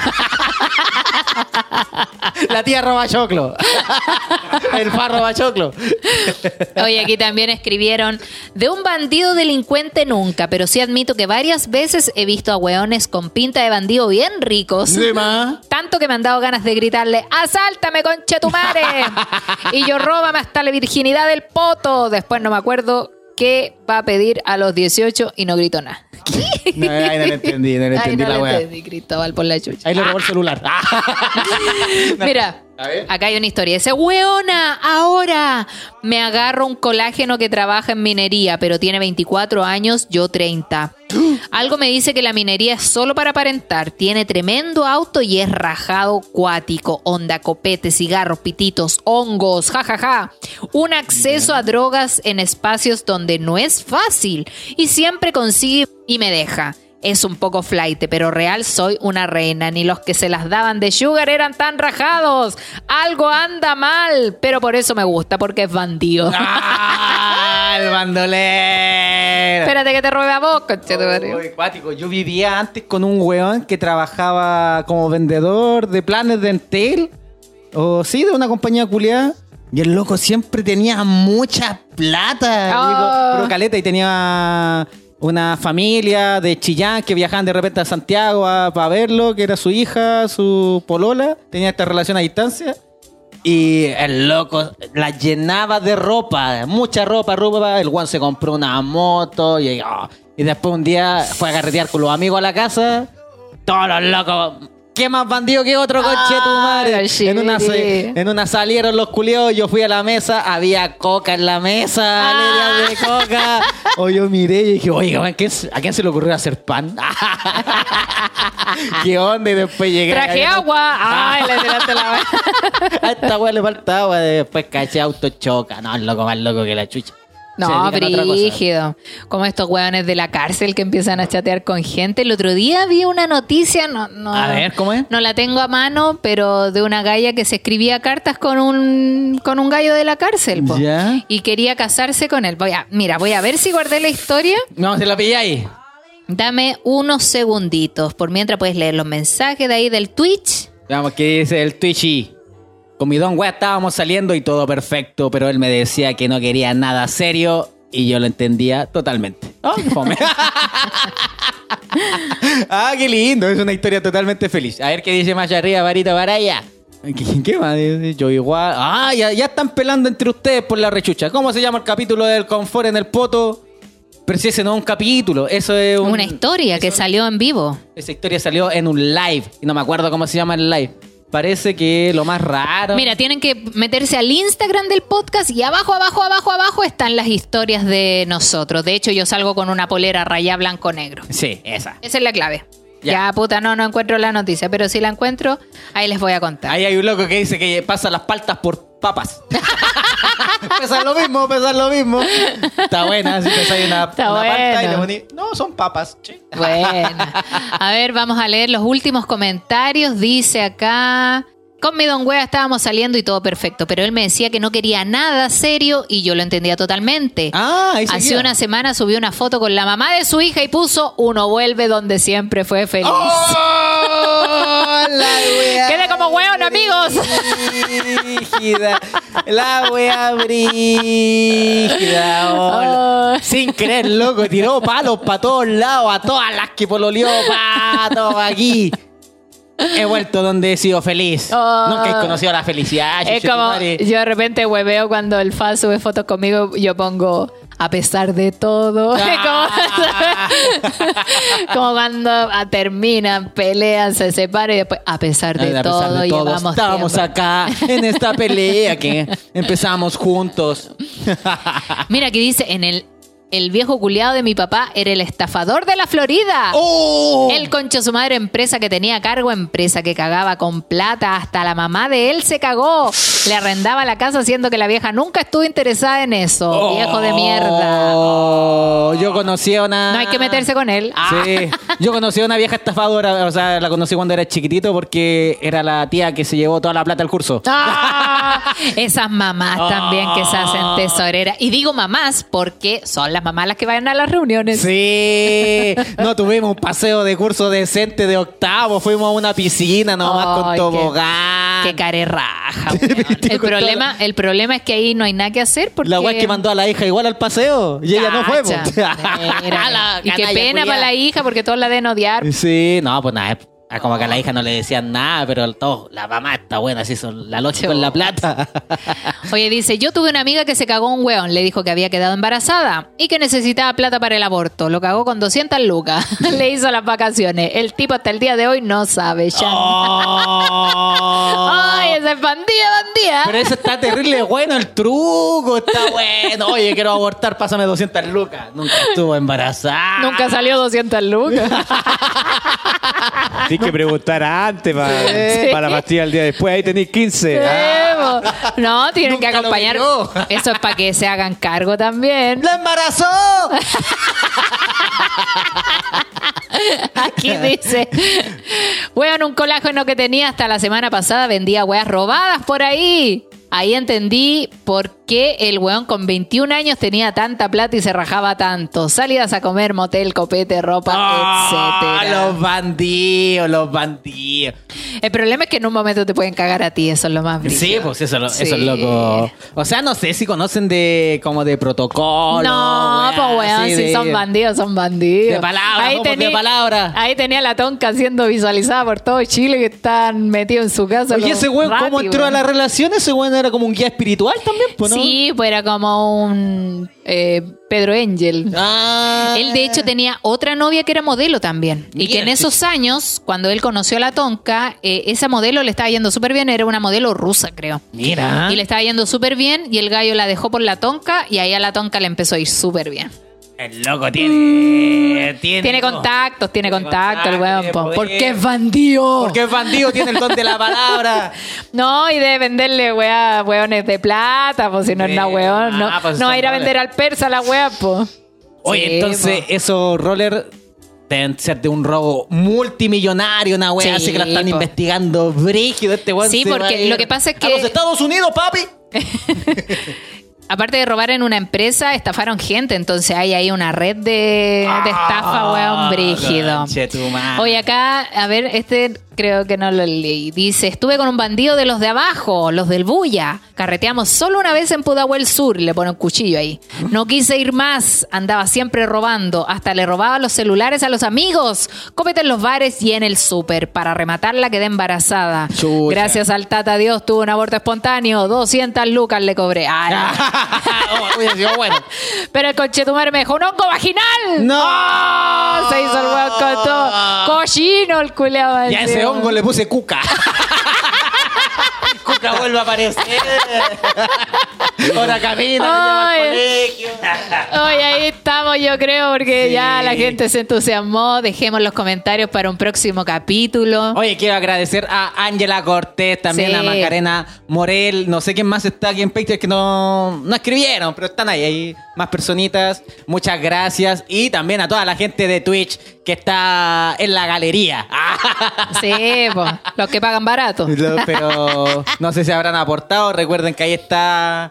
La tía roba choclo. El fa roba choclo. Oye, aquí también escribieron de un bandido delincuente nunca, pero sí admito que varias veces he visto a hueones con pinta de bandido bien ricos. Sí, ma. Tanto que me han dado ganas de gritarle, ¡asáltame, concha tu madre! Y yo róbame hasta la virginidad del poto. Después no me acuerdo qué va a pedir a los dieciocho y no grito nada. No, ahí no le entendí, no le Ay, entendí no la le wea. entendí, Cristóbal, por la chucha. Ahí le robó el celular. Mira, A ver. acá hay una historia. Dice, weona, ahora me agarro un colágeno que trabaja en minería, pero tiene veinticuatro años, yo treinta. Algo me dice que la minería es solo para aparentar. Tiene tremendo auto y es rajado cuático. Onda, copete, cigarros, pititos, hongos, jajaja. Un acceso a drogas en espacios donde no es fácil. Y siempre consigue y me deja. Es un poco flight, pero real soy una reina. Ni los que se las daban de sugar eran tan rajados. Algo anda mal, pero por eso me gusta, porque es bandido. ¡Ah! El bandolero. Espérate que te robe a vos, conchetumare. Uy, cuático. Yo vivía antes con un weón que trabajaba como vendedor de planes de Entel. O sí, de una compañía culiada. Y el loco siempre tenía mucha plata. Oh. Digo, pero caleta, y tenía una familia de Chillán que viajaban de repente a Santiago para verlo, que era su hija, su polola. Tenía esta relación a distancia. Y el loco la llenaba de ropa, mucha ropa, ropa. El guan se compró una moto y, oh, y después un día fue a carretear con los amigos a la casa. Todos los locos. ¿Qué más bandido que otro, conche tu madre? Ah, En una, sí. en una salieron los culiados, yo fui a la mesa, había coca en la mesa, Ah. alegría de coca. O yo miré y dije, oiga, ¿a quién, ¿a quién se le ocurrió hacer pan? ¿Qué onda? Y después llegué. Traje allá- agua. Ay, le tiraste la A esta weá le falta agua. Después caché auto choca. No, el loco más loco que la chucha. Se No, dedican a otra cosa. brígido. Como estos hueones de la cárcel que empiezan a chatear con gente. El otro día vi una noticia, no, no, A ver, ¿cómo es? no la tengo a mano, pero de una galla que se escribía cartas con un, con un gallo de la cárcel, po. Ya. Y quería casarse con él. Voy a, mira, voy a ver si guardé la historia. No, se la pilláis. Dame unos segunditos. Por mientras puedes leer los mensajes de ahí del Twitch. Veamos qué dice el Twitchy. Con mi don wea estábamos saliendo y todo perfecto, pero él me decía que no quería nada serio y yo lo entendía totalmente. Oh, qué fome. Ah, qué lindo, es una historia totalmente feliz. A ver qué dice más arriba, varita para allá. ¿Qué, qué más? Yo igual. Ah, ya, ya están pelando entre ustedes por la rechucha. ¿Cómo se llama el capítulo del confort en el poto? Pero si ese no es un capítulo, eso es un- Una historia que eso- salió en vivo. Esa historia salió en un live y no me acuerdo cómo se llama el live. Parece que lo más raro. Mira, tienen que meterse al Instagram del podcast y abajo, abajo, abajo, abajo están las historias de nosotros. De hecho, yo salgo con una polera rayada blanco-negro. Sí, esa. Esa es la clave. Ya. Ya. puta, no, no encuentro la noticia, pero si la encuentro, ahí les voy a contar. Ahí hay un loco que dice que pasa las paltas por papas. Pesa lo mismo, pesa lo mismo. Está buena, si pesáis una, Está una palta y buena. le ponís. No, son papas. Che. Bueno, a ver, vamos a leer los últimos comentarios. Dice acá... Con mi don Wea estábamos saliendo y todo perfecto, pero él me decía que no quería nada serio y yo lo entendía totalmente. Ah, ahí Hace seguía. una semana subió una foto con la mamá de su hija y puso uno vuelve donde siempre fue feliz. ¡Oh! La wea. Quede como hueón, amigos. Brígida. La wea brígida. Oh, Ay. sin creer, loco, tiró palos para todos lados, a todas las que pololeó, pa, todo aquí. He vuelto donde he sido feliz. Oh. Nunca he conocido la felicidad. Es como, chuchetumare. yo de repente hueveo cuando el fan sube fotos conmigo, yo pongo a pesar de todo. Ah. como, como cuando ah, terminan, pelean, se separan y después a pesar de A pesar todo, de todo, llevamos estábamos tiempo. acá en esta pelea que empezamos juntos. Mira que dice, en el, el viejo culiado de mi papá era el estafador de la Florida. ¡Oh! El concho su madre, empresa que tenía a cargo, empresa que cagaba con plata, hasta la mamá de él se cagó. Le arrendaba la casa siendo que la vieja nunca estuvo interesada en eso. Oh. Viejo de mierda. Oh, yo conocí a una... No hay que meterse con él. Ah. Sí, yo conocí a una vieja estafadora, o sea, la conocí cuando era chiquitito porque era la tía que se llevó toda la plata al curso. Ah, esas mamás también que se hacen tesoreras. Y digo mamás porque son las mamás las que van a las reuniones. Sí, no tuvimos un paseo de curso decente de octavo, fuimos a una piscina nomás con Ay, tobogán. Qué care raja. weón. El problema, el problema es que ahí no hay nada que hacer porque... La weá que mandó a la hija igual al paseo y ella no fue. po. Cacha, mira. La Y qué canalla pena culiá. para la hija porque todos la deben odiar. Sí, no, pues nada, ah, como que a la hija no le decían nada, pero todo, la mamá está buena, así son la locha con la plata. Oye, dice, yo tuve una amiga que se cagó un weón, le dijo que había quedado embarazada y que necesitaba plata para el aborto. Lo cagó con doscientas lucas. Le hizo las vacaciones. El tipo hasta el día de hoy no sabe ya. Oh. Ay, esa es bandida, bandida. Pero eso está terrible bueno, el truco está bueno. Oye, quiero abortar, pásame doscientas lucas. Nunca estuvo embarazada. Nunca salió doscientas lucas. Tienes que preguntar antes para, Sí. para la pastilla el día después. Ahí tenéis quince. Ah, Sí, po. No, tienen Nunca que lo acompañar. miró. Eso es para que se hagan cargo también. ¡La embarazó! Aquí dice, weón, un colágeno que tenía hasta la semana pasada vendía weas robadas por ahí. Ahí entendí por qué el weón con veintiún años tenía tanta plata y se rajaba tanto. Salidas a comer, motel, copete, ropa, Ah, etcétera. los bandidos, los bandidos. El problema es que en un momento te pueden cagar a ti, eso es lo más brígido. Sí, pues eso, lo- Sí. eso es loco. O sea, no sé si conocen de como de protocolo. No, weá, pues weón, así si de- son bandidos, son bandidos. De palabra, somos de palabra. Ahí tenía la tonca siendo visualizada por todo Chile que están metidos en su casa. Oye, los ese weón, ¿cómo ratis, entró a weón. la relación? Ese weón era como un guía espiritual también, pues, ¿no? Sí, pues era como un eh, Pedro Angel. Ah. Él de hecho tenía otra novia que era modelo también. Y que en Mira, esos años, cuando él conoció a la tonca, eh, esa modelo le estaba yendo súper bien. Era una modelo rusa, creo. Mira. Y le estaba yendo súper bien y el gallo la dejó por la tonca y ahí a la tonca le empezó a ir súper bien. El loco tiene... Tiene, Tiene todo. contactos, tiene contacto el weón, po. poder. Porque es bandido. Porque es bandido, tiene el don de la palabra. No, y debe venderle weá, weones de plata, pues si no es Sí. nada weón. No, Ah, pues no va a son ir a rollers. vender al persa la weá, pues. Oye, Sí, entonces po. esos rollers deben ser de un robo multimillonario, una wea Sí, así que la están po. investigando brígido. Este weón Sí, se va porque a ir lo que pasa es a que- los Estados Unidos, papi. Aparte de robar en una empresa, estafaron gente, entonces hay ahí una red de, de estafa, weón, brígido. Conche tu madre. Oye, acá, a ver, este creo que no lo leí. Dice, estuve con un bandido de los de abajo, los del Bulla. Carreteamos solo una vez en Pudahuel Sur, le pone un cuchillo ahí. No quise ir más, andaba siempre robando. Hasta le robaba los celulares a los amigos. Cómete en los bares y en el súper. Para rematarla quedé embarazada. Chucha. Gracias al Tata Dios tuve un aborto espontáneo. doscientas lucas le cobré. Ay, Hubiera sido bueno. pero el conchetumare me dijo, ¡un hongo vaginal! No. ¡Oh! Se hizo el weón con todo. Cochino el culeado. Y a ese hongo le puse cuca. Cuca vuelve a aparecer. Ahora camina, me lleva al Ay. colegio. Oye, ahí estamos, yo creo, porque Sí. ya la gente se entusiasmó. Dejemos los comentarios para un próximo capítulo. Oye, quiero agradecer a Ángela Cortés, también Sí. a Macarena Morel, no sé quién más está aquí en Patreon que no, no escribieron, pero están ahí, hay más personitas. Muchas gracias. Y también a toda la gente de Twitch que está en la galería. Sí, po, los que pagan barato. Lo- Pero no sé si habrán aportado. Recuerden que ahí está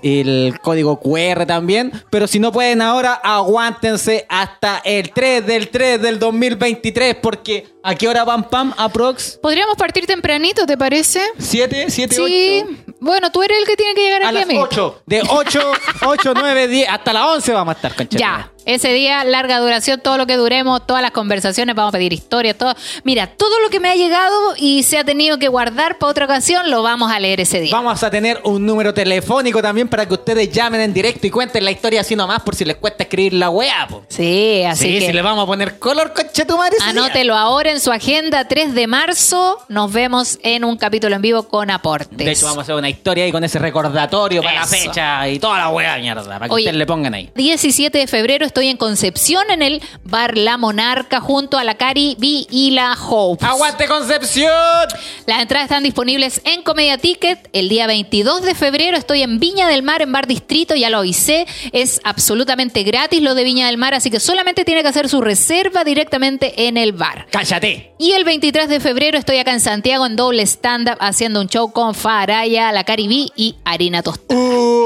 el código cu erre también. Pero si no pueden ahora, aguántense hasta el tres del tres del dos mil veintitrés. Porque ¿a qué hora van Pam? Aprox. ¿Podríamos partir tempranito, te parece? ¿siete? ¿siete? Sí. ocho. Bueno, tú eres el que tiene que llegar A aquí, las amigo. ocho. De ocho, ocho, nueve, diez. Hasta las once vamos a estar, concha. Ya, ese día, larga duración, todo lo que duremos, todas las conversaciones, vamos a pedir historias, todo. Mira, todo lo que me ha llegado y se ha tenido que guardar para otra ocasión, lo vamos a leer ese día. Vamos a tener un número telefónico también para que ustedes llamen en directo y cuenten la historia así nomás por si les cuesta escribir la weá, po. Sí, así Sí, que si le vamos a poner color, conchetumare. ese día. anótelo ahora en su agenda, tres de marzo, nos vemos en un capítulo en vivo con aportes. De hecho, vamos a hacer una historia ahí con ese recordatorio para Eso. la fecha y toda la weá, mierda, para que Oye, ustedes le pongan ahí. diecisiete de febrero estoy en Concepción en el Bar La Monarca junto a la Cari B y la Hope. ¡Aguante Concepción! Las entradas están disponibles en Comedia Ticket. El día veintidós de febrero estoy en Viña del Mar, en Bar Distrito, ya lo avisé. Es absolutamente gratis lo de Viña del Mar, así que solamente tiene que hacer su reserva directamente en el bar. ¡Cállate! Y el veintitrés de febrero estoy acá en Santiago en doble stand-up haciendo un show con Faraya, la Caribe y Harina Tostada.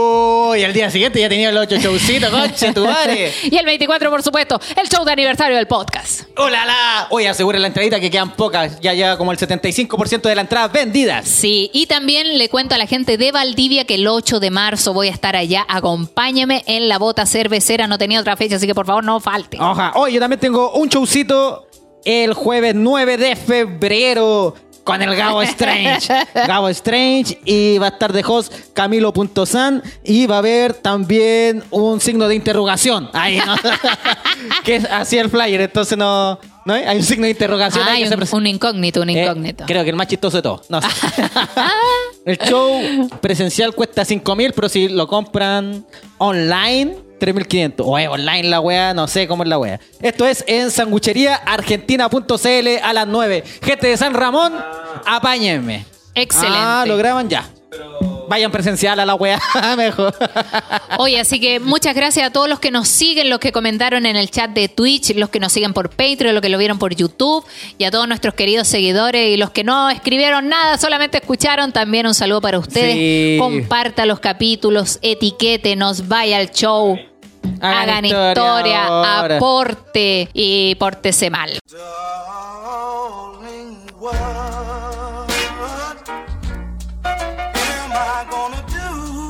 Uy, al día siguiente ya tenía los ocho showcitos, conche tu madre. Y el veinticuatro, por supuesto, el show de aniversario del podcast. ¡Hola, la! Oye, aseguren la entradita que quedan pocas. Ya ya como el setenta y cinco por ciento de la entrada vendidas. Sí, y también le cuento a la gente de Valdivia que el ocho de marzo voy a estar allá. Acompáñame en la bota cervecera. No tenía otra fecha, así que por favor no falte. Oja, hoy yo también tengo un showcito el jueves nueve de febrero con el Gabo Strange. Gabo Strange y va a estar de host Camilo.san y va a haber también un signo de interrogación. Ahí, ¿no? Que es así el flyer, entonces no, no hay, hay un signo de interrogación. Ah, ahí hay que se un, presenta. un incógnito, un Eh, incógnito. creo que el más chistoso de todos. No sé. El show presencial cuesta cinco mil, pero si lo compran online, tres mil quinientos. O es online la wea, no sé cómo es la wea. Esto es en sanguchería argentina punto c l a las nueve. Gente de San Ramón, apáñenme. Excelente. Ah, lo graban ya. Vayan presencial a la wea, mejor. Oye, así que muchas gracias a todos los que nos siguen, los que comentaron en el chat de Twitch, los que nos siguen por Patreon, los que lo vieron por YouTube, y a todos nuestros queridos seguidores y los que no escribieron nada, solamente escucharon, también un saludo para ustedes. Sí. Comparta los capítulos, etiquétenos, vaya al show, Hagan hagan, historia historia, ahora. aporte y pórtese mal. Darling, what am I gonna do?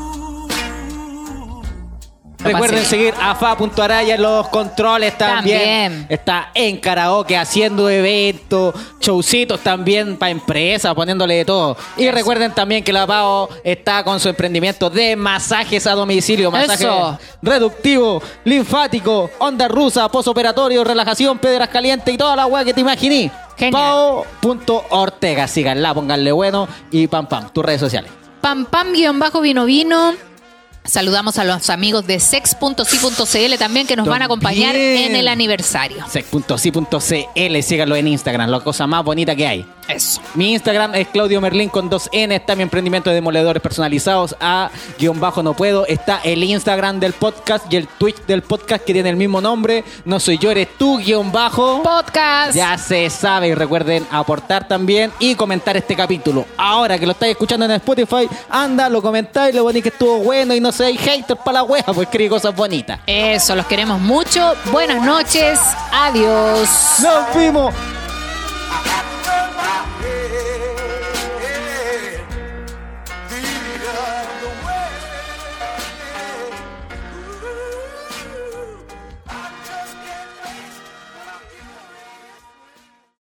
Recuerden Fácil. seguir a fa.araya en los controles también. También. Está en karaoke haciendo eventos, showcitos también para empresas, poniéndole de todo. Y Eso. recuerden también que la Pao está con su emprendimiento de masajes a domicilio. Masaje Eso. reductivo, linfático, onda rusa, posoperatorio, relajación, piedras calientes y toda la weá que te imaginí. Genial. Pao.ortega, síganla, pónganle bueno y pam pam, tus redes sociales. Pam pam guión bajo vino vino. Saludamos a los amigos de sex punto si punto cl también que nos van a acompañar También. en el aniversario. sex punto si punto cl, síganlo en Instagram, la cosa más bonita que hay. Eso. Mi Instagram es Claudio Merlín con dos N. Está mi emprendimiento de demoledores personalizados a guión bajo no puedo. Está el Instagram del podcast y el Twitch del podcast que tiene el mismo nombre. No soy yo, eres tú, guión bajo. Podcast. Ya se sabe. Y recuerden aportar también y comentar este capítulo. Ahora que lo estáis escuchando en Spotify, anda, lo comentáis, lo ponéis que estuvo bueno y no seáis haters para la wea, pues escribí cosas bonitas. Eso, los queremos mucho. Buenas noches. Adiós. ¡Nos vimos!